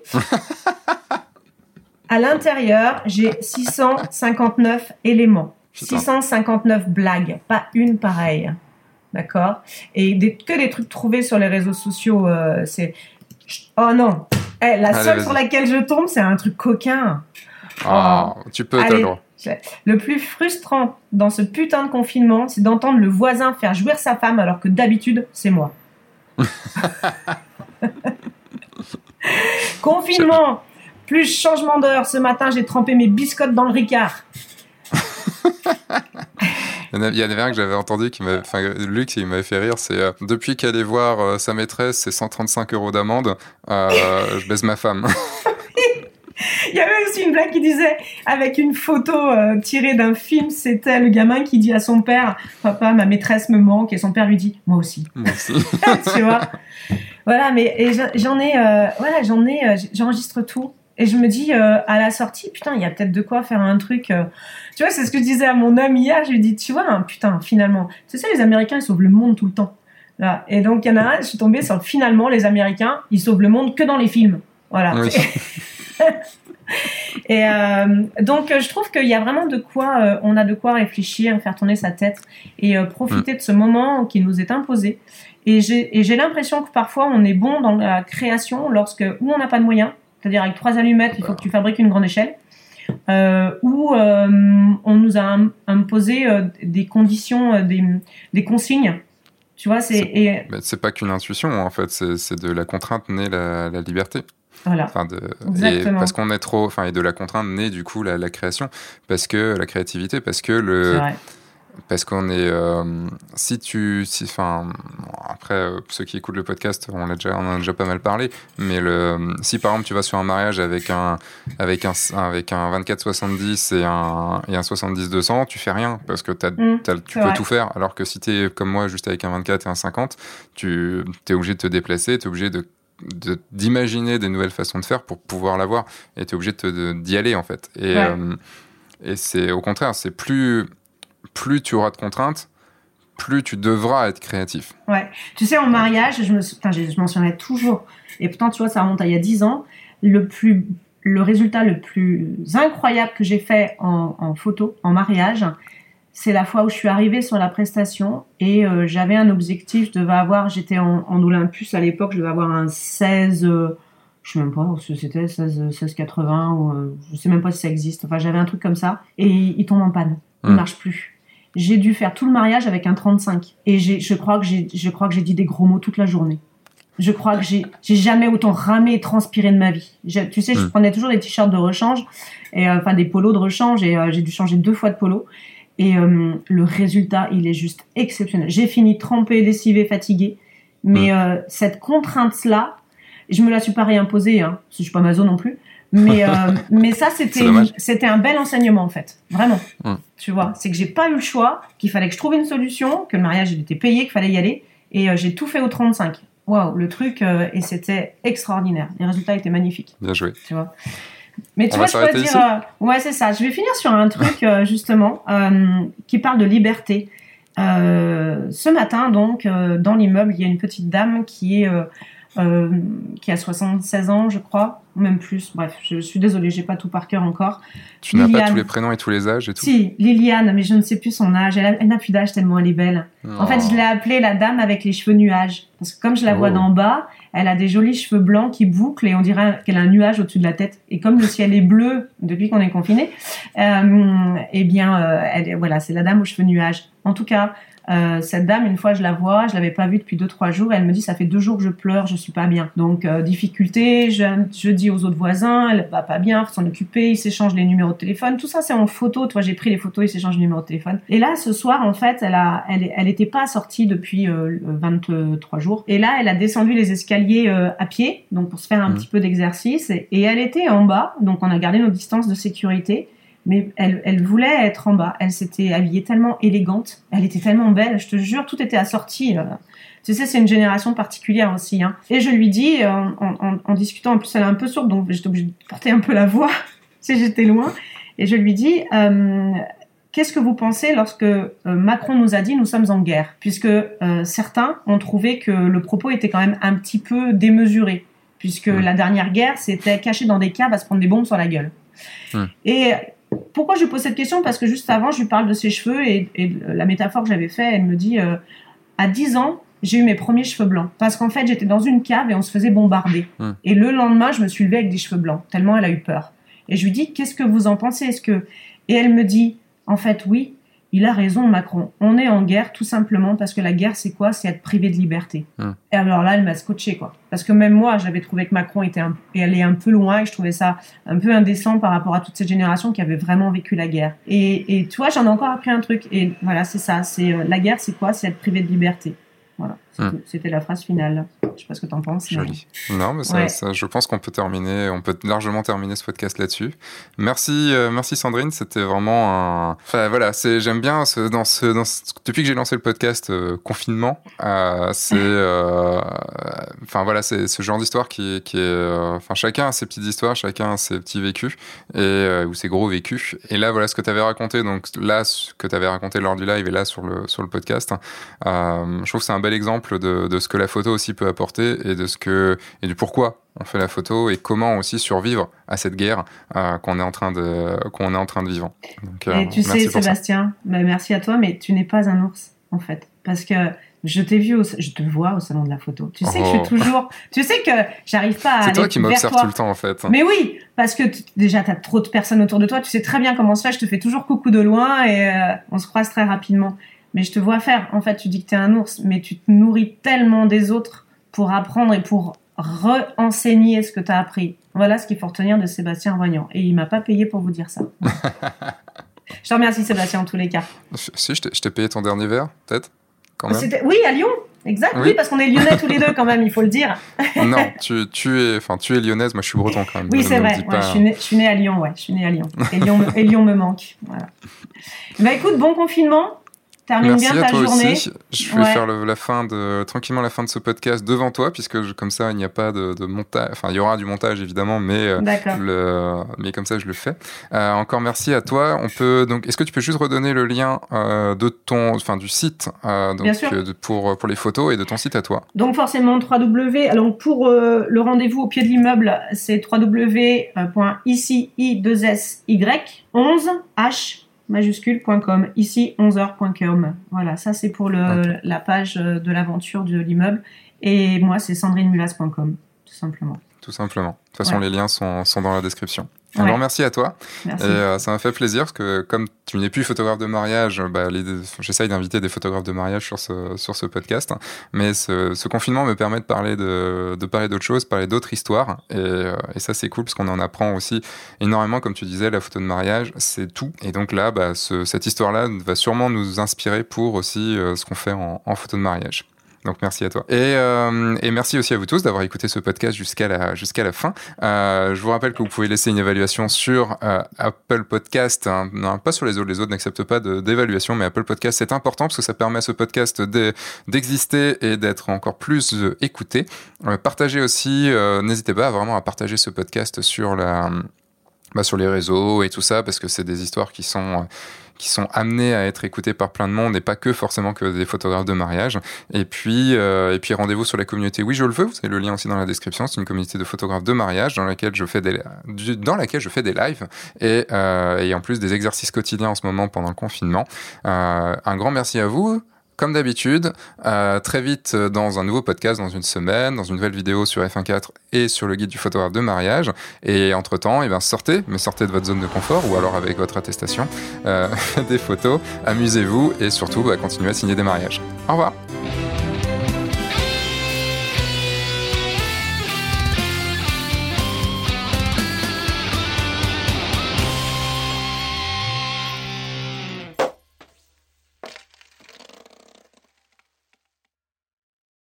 À l'intérieur, j'ai six cent cinquante-neuf éléments, Putain. six cent cinquante-neuf blagues, pas une pareille. D'accord ? Et des, que des trucs trouvés sur les réseaux sociaux, euh, c'est... Oh non ! Eh, la Allez, seule vas-y. sur laquelle je tombe, c'est un truc coquin. Oh, oh. Tu peux, t'as le droit. Le plus frustrant dans ce putain de confinement, c'est d'entendre le voisin faire jouir sa femme alors que d'habitude, c'est moi. Confinement, plus changement d'heure. Ce matin, j'ai trempé mes biscottes dans le Ricard. Il y en avait un que j'avais entendu, qui m'avait, enfin, Luc, il m'avait fait rire, c'est euh, depuis qu'elle est voir euh, sa maîtresse, c'est cent trente-cinq euros d'amende, euh, je baise ma femme. Il y avait aussi une blague qui disait, avec une photo euh, tirée d'un film, c'était le gamin qui dit à son père, papa, ma maîtresse me manque, et son père lui dit, moi aussi. Moi aussi. Tu vois. Voilà, mais et j'en ai, euh, voilà, j'en ai, euh, j'enregistre tout. Et je me dis, euh, à la sortie, putain, il y a peut-être de quoi faire un truc... Euh... Tu vois, c'est ce que je disais à mon homme hier. Je lui ai dit, tu vois, hein, putain, finalement... Tu sais, les Américains, ils sauvent le monde tout le temps. Là. Et donc, il y en a un, je suis tombée sur, finalement, les Américains, ils sauvent le monde que dans les films. Voilà. Oui. Et euh, donc, je trouve qu'il y a vraiment de quoi... Euh, on a de quoi réfléchir, faire tourner sa tête et euh, profiter mmh. de ce moment qui nous est imposé. Et j'ai, et j'ai l'impression que parfois on est bon dans la création lorsque où on n'a pas de moyens, c'est-à-dire avec trois allumettes, il faut que tu fabriques une grande échelle, euh, où euh, on nous a imposé euh, des conditions, euh, des, des consignes. Tu vois, c'est, c'est, et... c'est pas qu'une intuition en fait, c'est, c'est de la contrainte naît la, la liberté. Voilà. Enfin de, Exactement. Et parce qu'on est trop, enfin et de la contrainte naît du coup la, la création, parce que la créativité, parce que le. C'est vrai. Parce qu'on est, euh, si tu, si, enfin, après euh, ceux qui écoutent le podcast, on l'a déjà, on en a déjà pas mal parlé, mais le, si par exemple tu vas sur un mariage avec un, avec un, avec un vingt-quatre soixante-dix et un, et un soixante-dix deux cents, tu fais rien parce que t'as, Mmh, t'as, tu peux vrai. tout faire, alors que si t'es comme moi juste avec un vingt-quatre et un cinquante, tu, t'es obligé de te déplacer, t'es obligé de De, d'imaginer des nouvelles façons de faire pour pouvoir l'avoir, et t'es obligé de, de, d'y aller en fait. Et, Ouais. euh, et c'est au contraire, c'est plus plus tu auras de contraintes, plus tu devras être créatif. Ouais. Tu sais, en mariage, je me, enfin, je, je m'en souviens toujours. Et pourtant, tu vois, ça remonte à il y a dix ans. Le plus, le résultat le plus incroyable que j'ai fait en, en photo, en mariage, c'est la fois où je suis arrivée sur la prestation et euh, j'avais un objectif, je devais avoir, j'étais en, en Olympus à l'époque, je devais avoir un seize, euh, je sais même pas si c'était seize, seize quatre-vingts, ou euh, je sais même pas si ça existe. Enfin, j'avais un truc comme ça et il, il tombe en panne, il Mmh. marche plus. J'ai dû faire tout le mariage avec un trente-cinq et j'ai, je crois que j'ai, je crois que j'ai dit des gros mots toute la journée. Je crois que j'ai, j'ai jamais autant ramé et transpiré de ma vie. J'ai, tu sais, je Mmh. prenais toujours des t-shirts de rechange, et euh, enfin des polos de rechange, et euh, j'ai dû changer deux fois de polo. Et euh, le résultat, il est juste exceptionnel. J'ai fini trempée, lessivée, fatiguée. Mais mmh. euh, cette contrainte-là, je me la suis pas réimposée, hein, parce que je suis pas maso non plus. Mais, euh, mais ça, c'était, c'était un bel enseignement, en fait. Vraiment. Mmh. Tu vois, c'est que j'ai pas eu le choix, qu'il fallait que je trouve une solution, que le mariage, il était payé, qu'il fallait y aller. Et euh, j'ai tout fait au trente-cinq. Waouh, le truc, euh, et c'était extraordinaire. Les résultats étaient magnifiques. Bien joué. Tu vois. Mais tu On vois, va je pourrais s'arrêter dire, euh, ouais, c'est ça. Je vais finir sur un truc euh, justement euh, qui parle de liberté. Euh, ce matin, donc, euh, dans l'immeuble, il y a une petite dame qui est euh, euh, qui a soixante-seize ans, je crois, ou même plus. Bref, je, je suis désolée, j'ai pas tout par cœur encore. Tu Liliane. N'as pas tous les prénoms et tous les âges et tout. Si, Liliane, mais je ne sais plus son âge. Elle, a, elle n'a plus d'âge tellement elle est belle. Oh. En fait, je l'ai appelée la dame avec les cheveux nuages, parce que comme je la oh. vois d'en bas, elle a des jolis cheveux blancs qui bouclent et on dirait qu'elle a un nuage au-dessus de la tête. Et comme le ciel est bleu depuis qu'on est confiné, euh, eh bien, euh, elle, voilà, c'est la dame aux cheveux nuages. En tout cas, euh, cette dame, une fois je la vois, je l'avais pas vue depuis deux trois jours, et elle me dit ça fait deux jours que je pleure, je suis pas bien. Donc euh, difficulté, je, je dis aux autres voisins, elle va pas bien, faut s'en occuper, ils s'échangent les numéros de téléphone, tout ça c'est en photo. Toi j'ai pris les photos, ils s'échangent les numéros de téléphone. Et là ce soir en fait, elle a, elle, elle était pas sortie depuis euh, vingt-trois jours. Et là elle a descendu les escaliers euh, à pied, donc pour se faire un mmh. petit peu d'exercice. Et, et elle était en bas, donc on a gardé nos distances de sécurité. Mais elle, elle voulait être en bas. Elle s'était habillée tellement élégante. Elle était tellement belle. Je te jure, tout était assorti. Tu sais, c'est une génération particulière aussi. Hein. Et je lui dis, en, en, en discutant, en plus elle est un peu sourde, donc j'étais obligée de porter un peu la voix si j'étais loin. Et je lui dis, euh, qu'est-ce que vous pensez lorsque euh, Macron nous a dit nous sommes en guerre ? Puisque euh, certains ont trouvé que le propos était quand même un petit peu démesuré. Puisque mmh. la dernière guerre, c'était caché dans des caves à se prendre des bombes sur la gueule. Mmh. Et pourquoi je lui pose cette question ? Parce que juste avant, je lui parle de ses cheveux et, et la métaphore que j'avais faite, elle me dit euh, à dix ans, j'ai eu mes premiers cheveux blancs. Parce qu'en fait, j'étais dans une cave et on se faisait bombarder. Mmh. Et le lendemain, je me suis levée avec des cheveux blancs, tellement elle a eu peur. Et je lui dis, qu'est-ce que vous en pensez ? Est-ce que... Et elle me dit, en fait, oui, il a raison, Macron. On est en guerre tout simplement parce que la guerre, c'est quoi ? C'est être privé de liberté. Mmh. Et alors là, elle m'a scotché, quoi. Parce que même moi, j'avais trouvé que Macron était un... et allait un peu loin et je trouvais ça un peu indécent par rapport à toute cette génération qui avait vraiment vécu la guerre. Et, et tu vois, j'en ai encore appris un truc. Et voilà, c'est ça. C'est, euh, la guerre, c'est quoi ? C'est être privé de liberté. Voilà, c'était, mmh. c'était la phrase finale. Je sais pas ce que t'en penses. Joli. Mais... Non, mais ça, ouais. ça, je pense qu'on peut terminer, on peut largement terminer ce podcast là-dessus. Merci, euh, merci Sandrine. C'était vraiment un. Enfin voilà, c'est, j'aime bien ce, dans ce, dans ce... depuis que j'ai lancé le podcast euh, confinement, euh, c'est, euh, enfin voilà, c'est ce genre d'histoire qui, qui est, euh, enfin chacun a ses petites histoires, chacun a ses petits vécus et euh, ou ses gros vécus. Et là voilà ce que t'avais raconté, donc là ce que t'avais raconté lors du live et là sur le sur le podcast, euh, je trouve que c'est un bel exemple de, de ce que la photo aussi peut apporter et de ce que et du pourquoi on fait la photo et comment aussi survivre à cette guerre euh, qu'on est en train de qu'on est en train de vivre. Donc, euh, et tu sais Sébastien, bah, merci à toi, mais tu n'es pas un ours en fait, parce que Je t'ai vu, au, je te vois au salon de la photo. Tu sais oh. que je suis toujours, tu sais que j'arrive pas à C'est aller toi qui vers m'observes toi. tout le temps en fait. Mais oui, parce que t- déjà t'as trop de personnes autour de toi. Tu sais très bien comment se fait. Je te fais toujours coucou de loin et euh, on se croise très rapidement. Mais je te vois faire. En fait, tu dis que t'es un ours, mais tu te nourris tellement des autres pour apprendre et pour re-enseigner ce que t'as appris. Voilà ce qu'il faut retenir de Sébastien Roignan. Et il m'a pas payé pour vous dire ça. Je te remercie Sébastien en tous les cas. Si, je t'ai, je t'ai payé ton dernier verre, peut-être quand même. C'était... Oui, à Lyon. Exact, oui. oui, parce qu'on est lyonnais tous les deux quand même, il faut le dire. Non, tu, tu, es, enfin, tu es lyonnaise, moi je suis breton quand même. Oui, ne c'est me vrai, dis ouais, pas- je, suis née, je suis née à Lyon, ouais, je suis née à Lyon. Et Lyon, me, et Lyon me manque. Voilà. Bah écoute, bon confinement, termine Merci bien à ta toi journée. aussi. Je vais Ouais. faire le- la fin de, tranquillement la fin de ce podcast devant toi, puisque je- comme ça il n'y a pas de, de montage. Enfin, il y aura du montage évidemment, mais, euh, D'accord. le, mais comme ça je le fais. Euh, encore merci à toi. On peut donc, est-ce que tu peux juste redonner le lien euh, de ton, enfin du site, euh, donc Bien sûr. euh, de- pour pour les photos et de ton site à toi. Donc forcément trois W. Alors pour euh, le rendez-vous au pied de l'immeuble, c'est w w w point ici i deux s y onze h majuscule point com, ici onze heures point com. Voilà, ça c'est pour le, Ok. la page de l'aventure de l'immeuble. Et moi c'est sandrine mulas point com, tout simplement. Tout simplement. De toute façon, Ouais. les liens sont, sont dans la description. Ouais. Un grand merci à toi. Merci. Et euh, ça m'a fait plaisir parce que comme tu n'es plus photographe de mariage, bah, les, j'essaye d'inviter des photographes de mariage sur ce, sur ce podcast. Mais ce, ce confinement me permet de parler de, de parler d'autres choses, parler d'autres histoires. Et, euh, et ça, c'est cool parce qu'on en apprend aussi énormément. Comme tu disais, la photo de mariage, c'est tout. Et donc là, bah, ce, cette histoire-là va sûrement nous inspirer pour aussi euh, ce qu'on fait en, en photo de mariage. Donc merci à toi. Et, euh, et merci aussi à vous tous d'avoir écouté ce podcast jusqu'à la, jusqu'à la fin. Euh, je vous rappelle que vous pouvez laisser une évaluation sur euh, Apple Podcast. Hein. Non, pas sur les autres. Les autres n'acceptent pas de, d'évaluation, mais Apple Podcast, c'est important parce que ça permet à ce podcast de, d'exister et d'être encore plus euh, écouté. Euh, partagez aussi, euh, n'hésitez pas vraiment à partager ce podcast sur la... Bah, sur les réseaux et tout ça, parce que c'est des histoires qui sont, qui sont amenées à être écoutées par plein de monde et pas que forcément que des photographes de mariage. Et puis, euh, et puis rendez-vous sur la communauté Oui, je le veux. Vous avez le lien aussi dans la description. C'est une communauté de photographes de mariage dans laquelle je fais des, dans laquelle je fais des lives et, euh, et en plus des exercices quotidiens en ce moment pendant le confinement. Euh, un grand merci à vous. Comme d'habitude, euh, très vite dans un nouveau podcast, dans une semaine, dans une nouvelle vidéo sur F un point quatre et sur le guide du photographe de mariage. Et entre-temps, eh ben, sortez, mais sortez de votre zone de confort ou alors avec votre attestation, euh, des photos, amusez-vous et surtout bah, continuez à signer des mariages. Au revoir.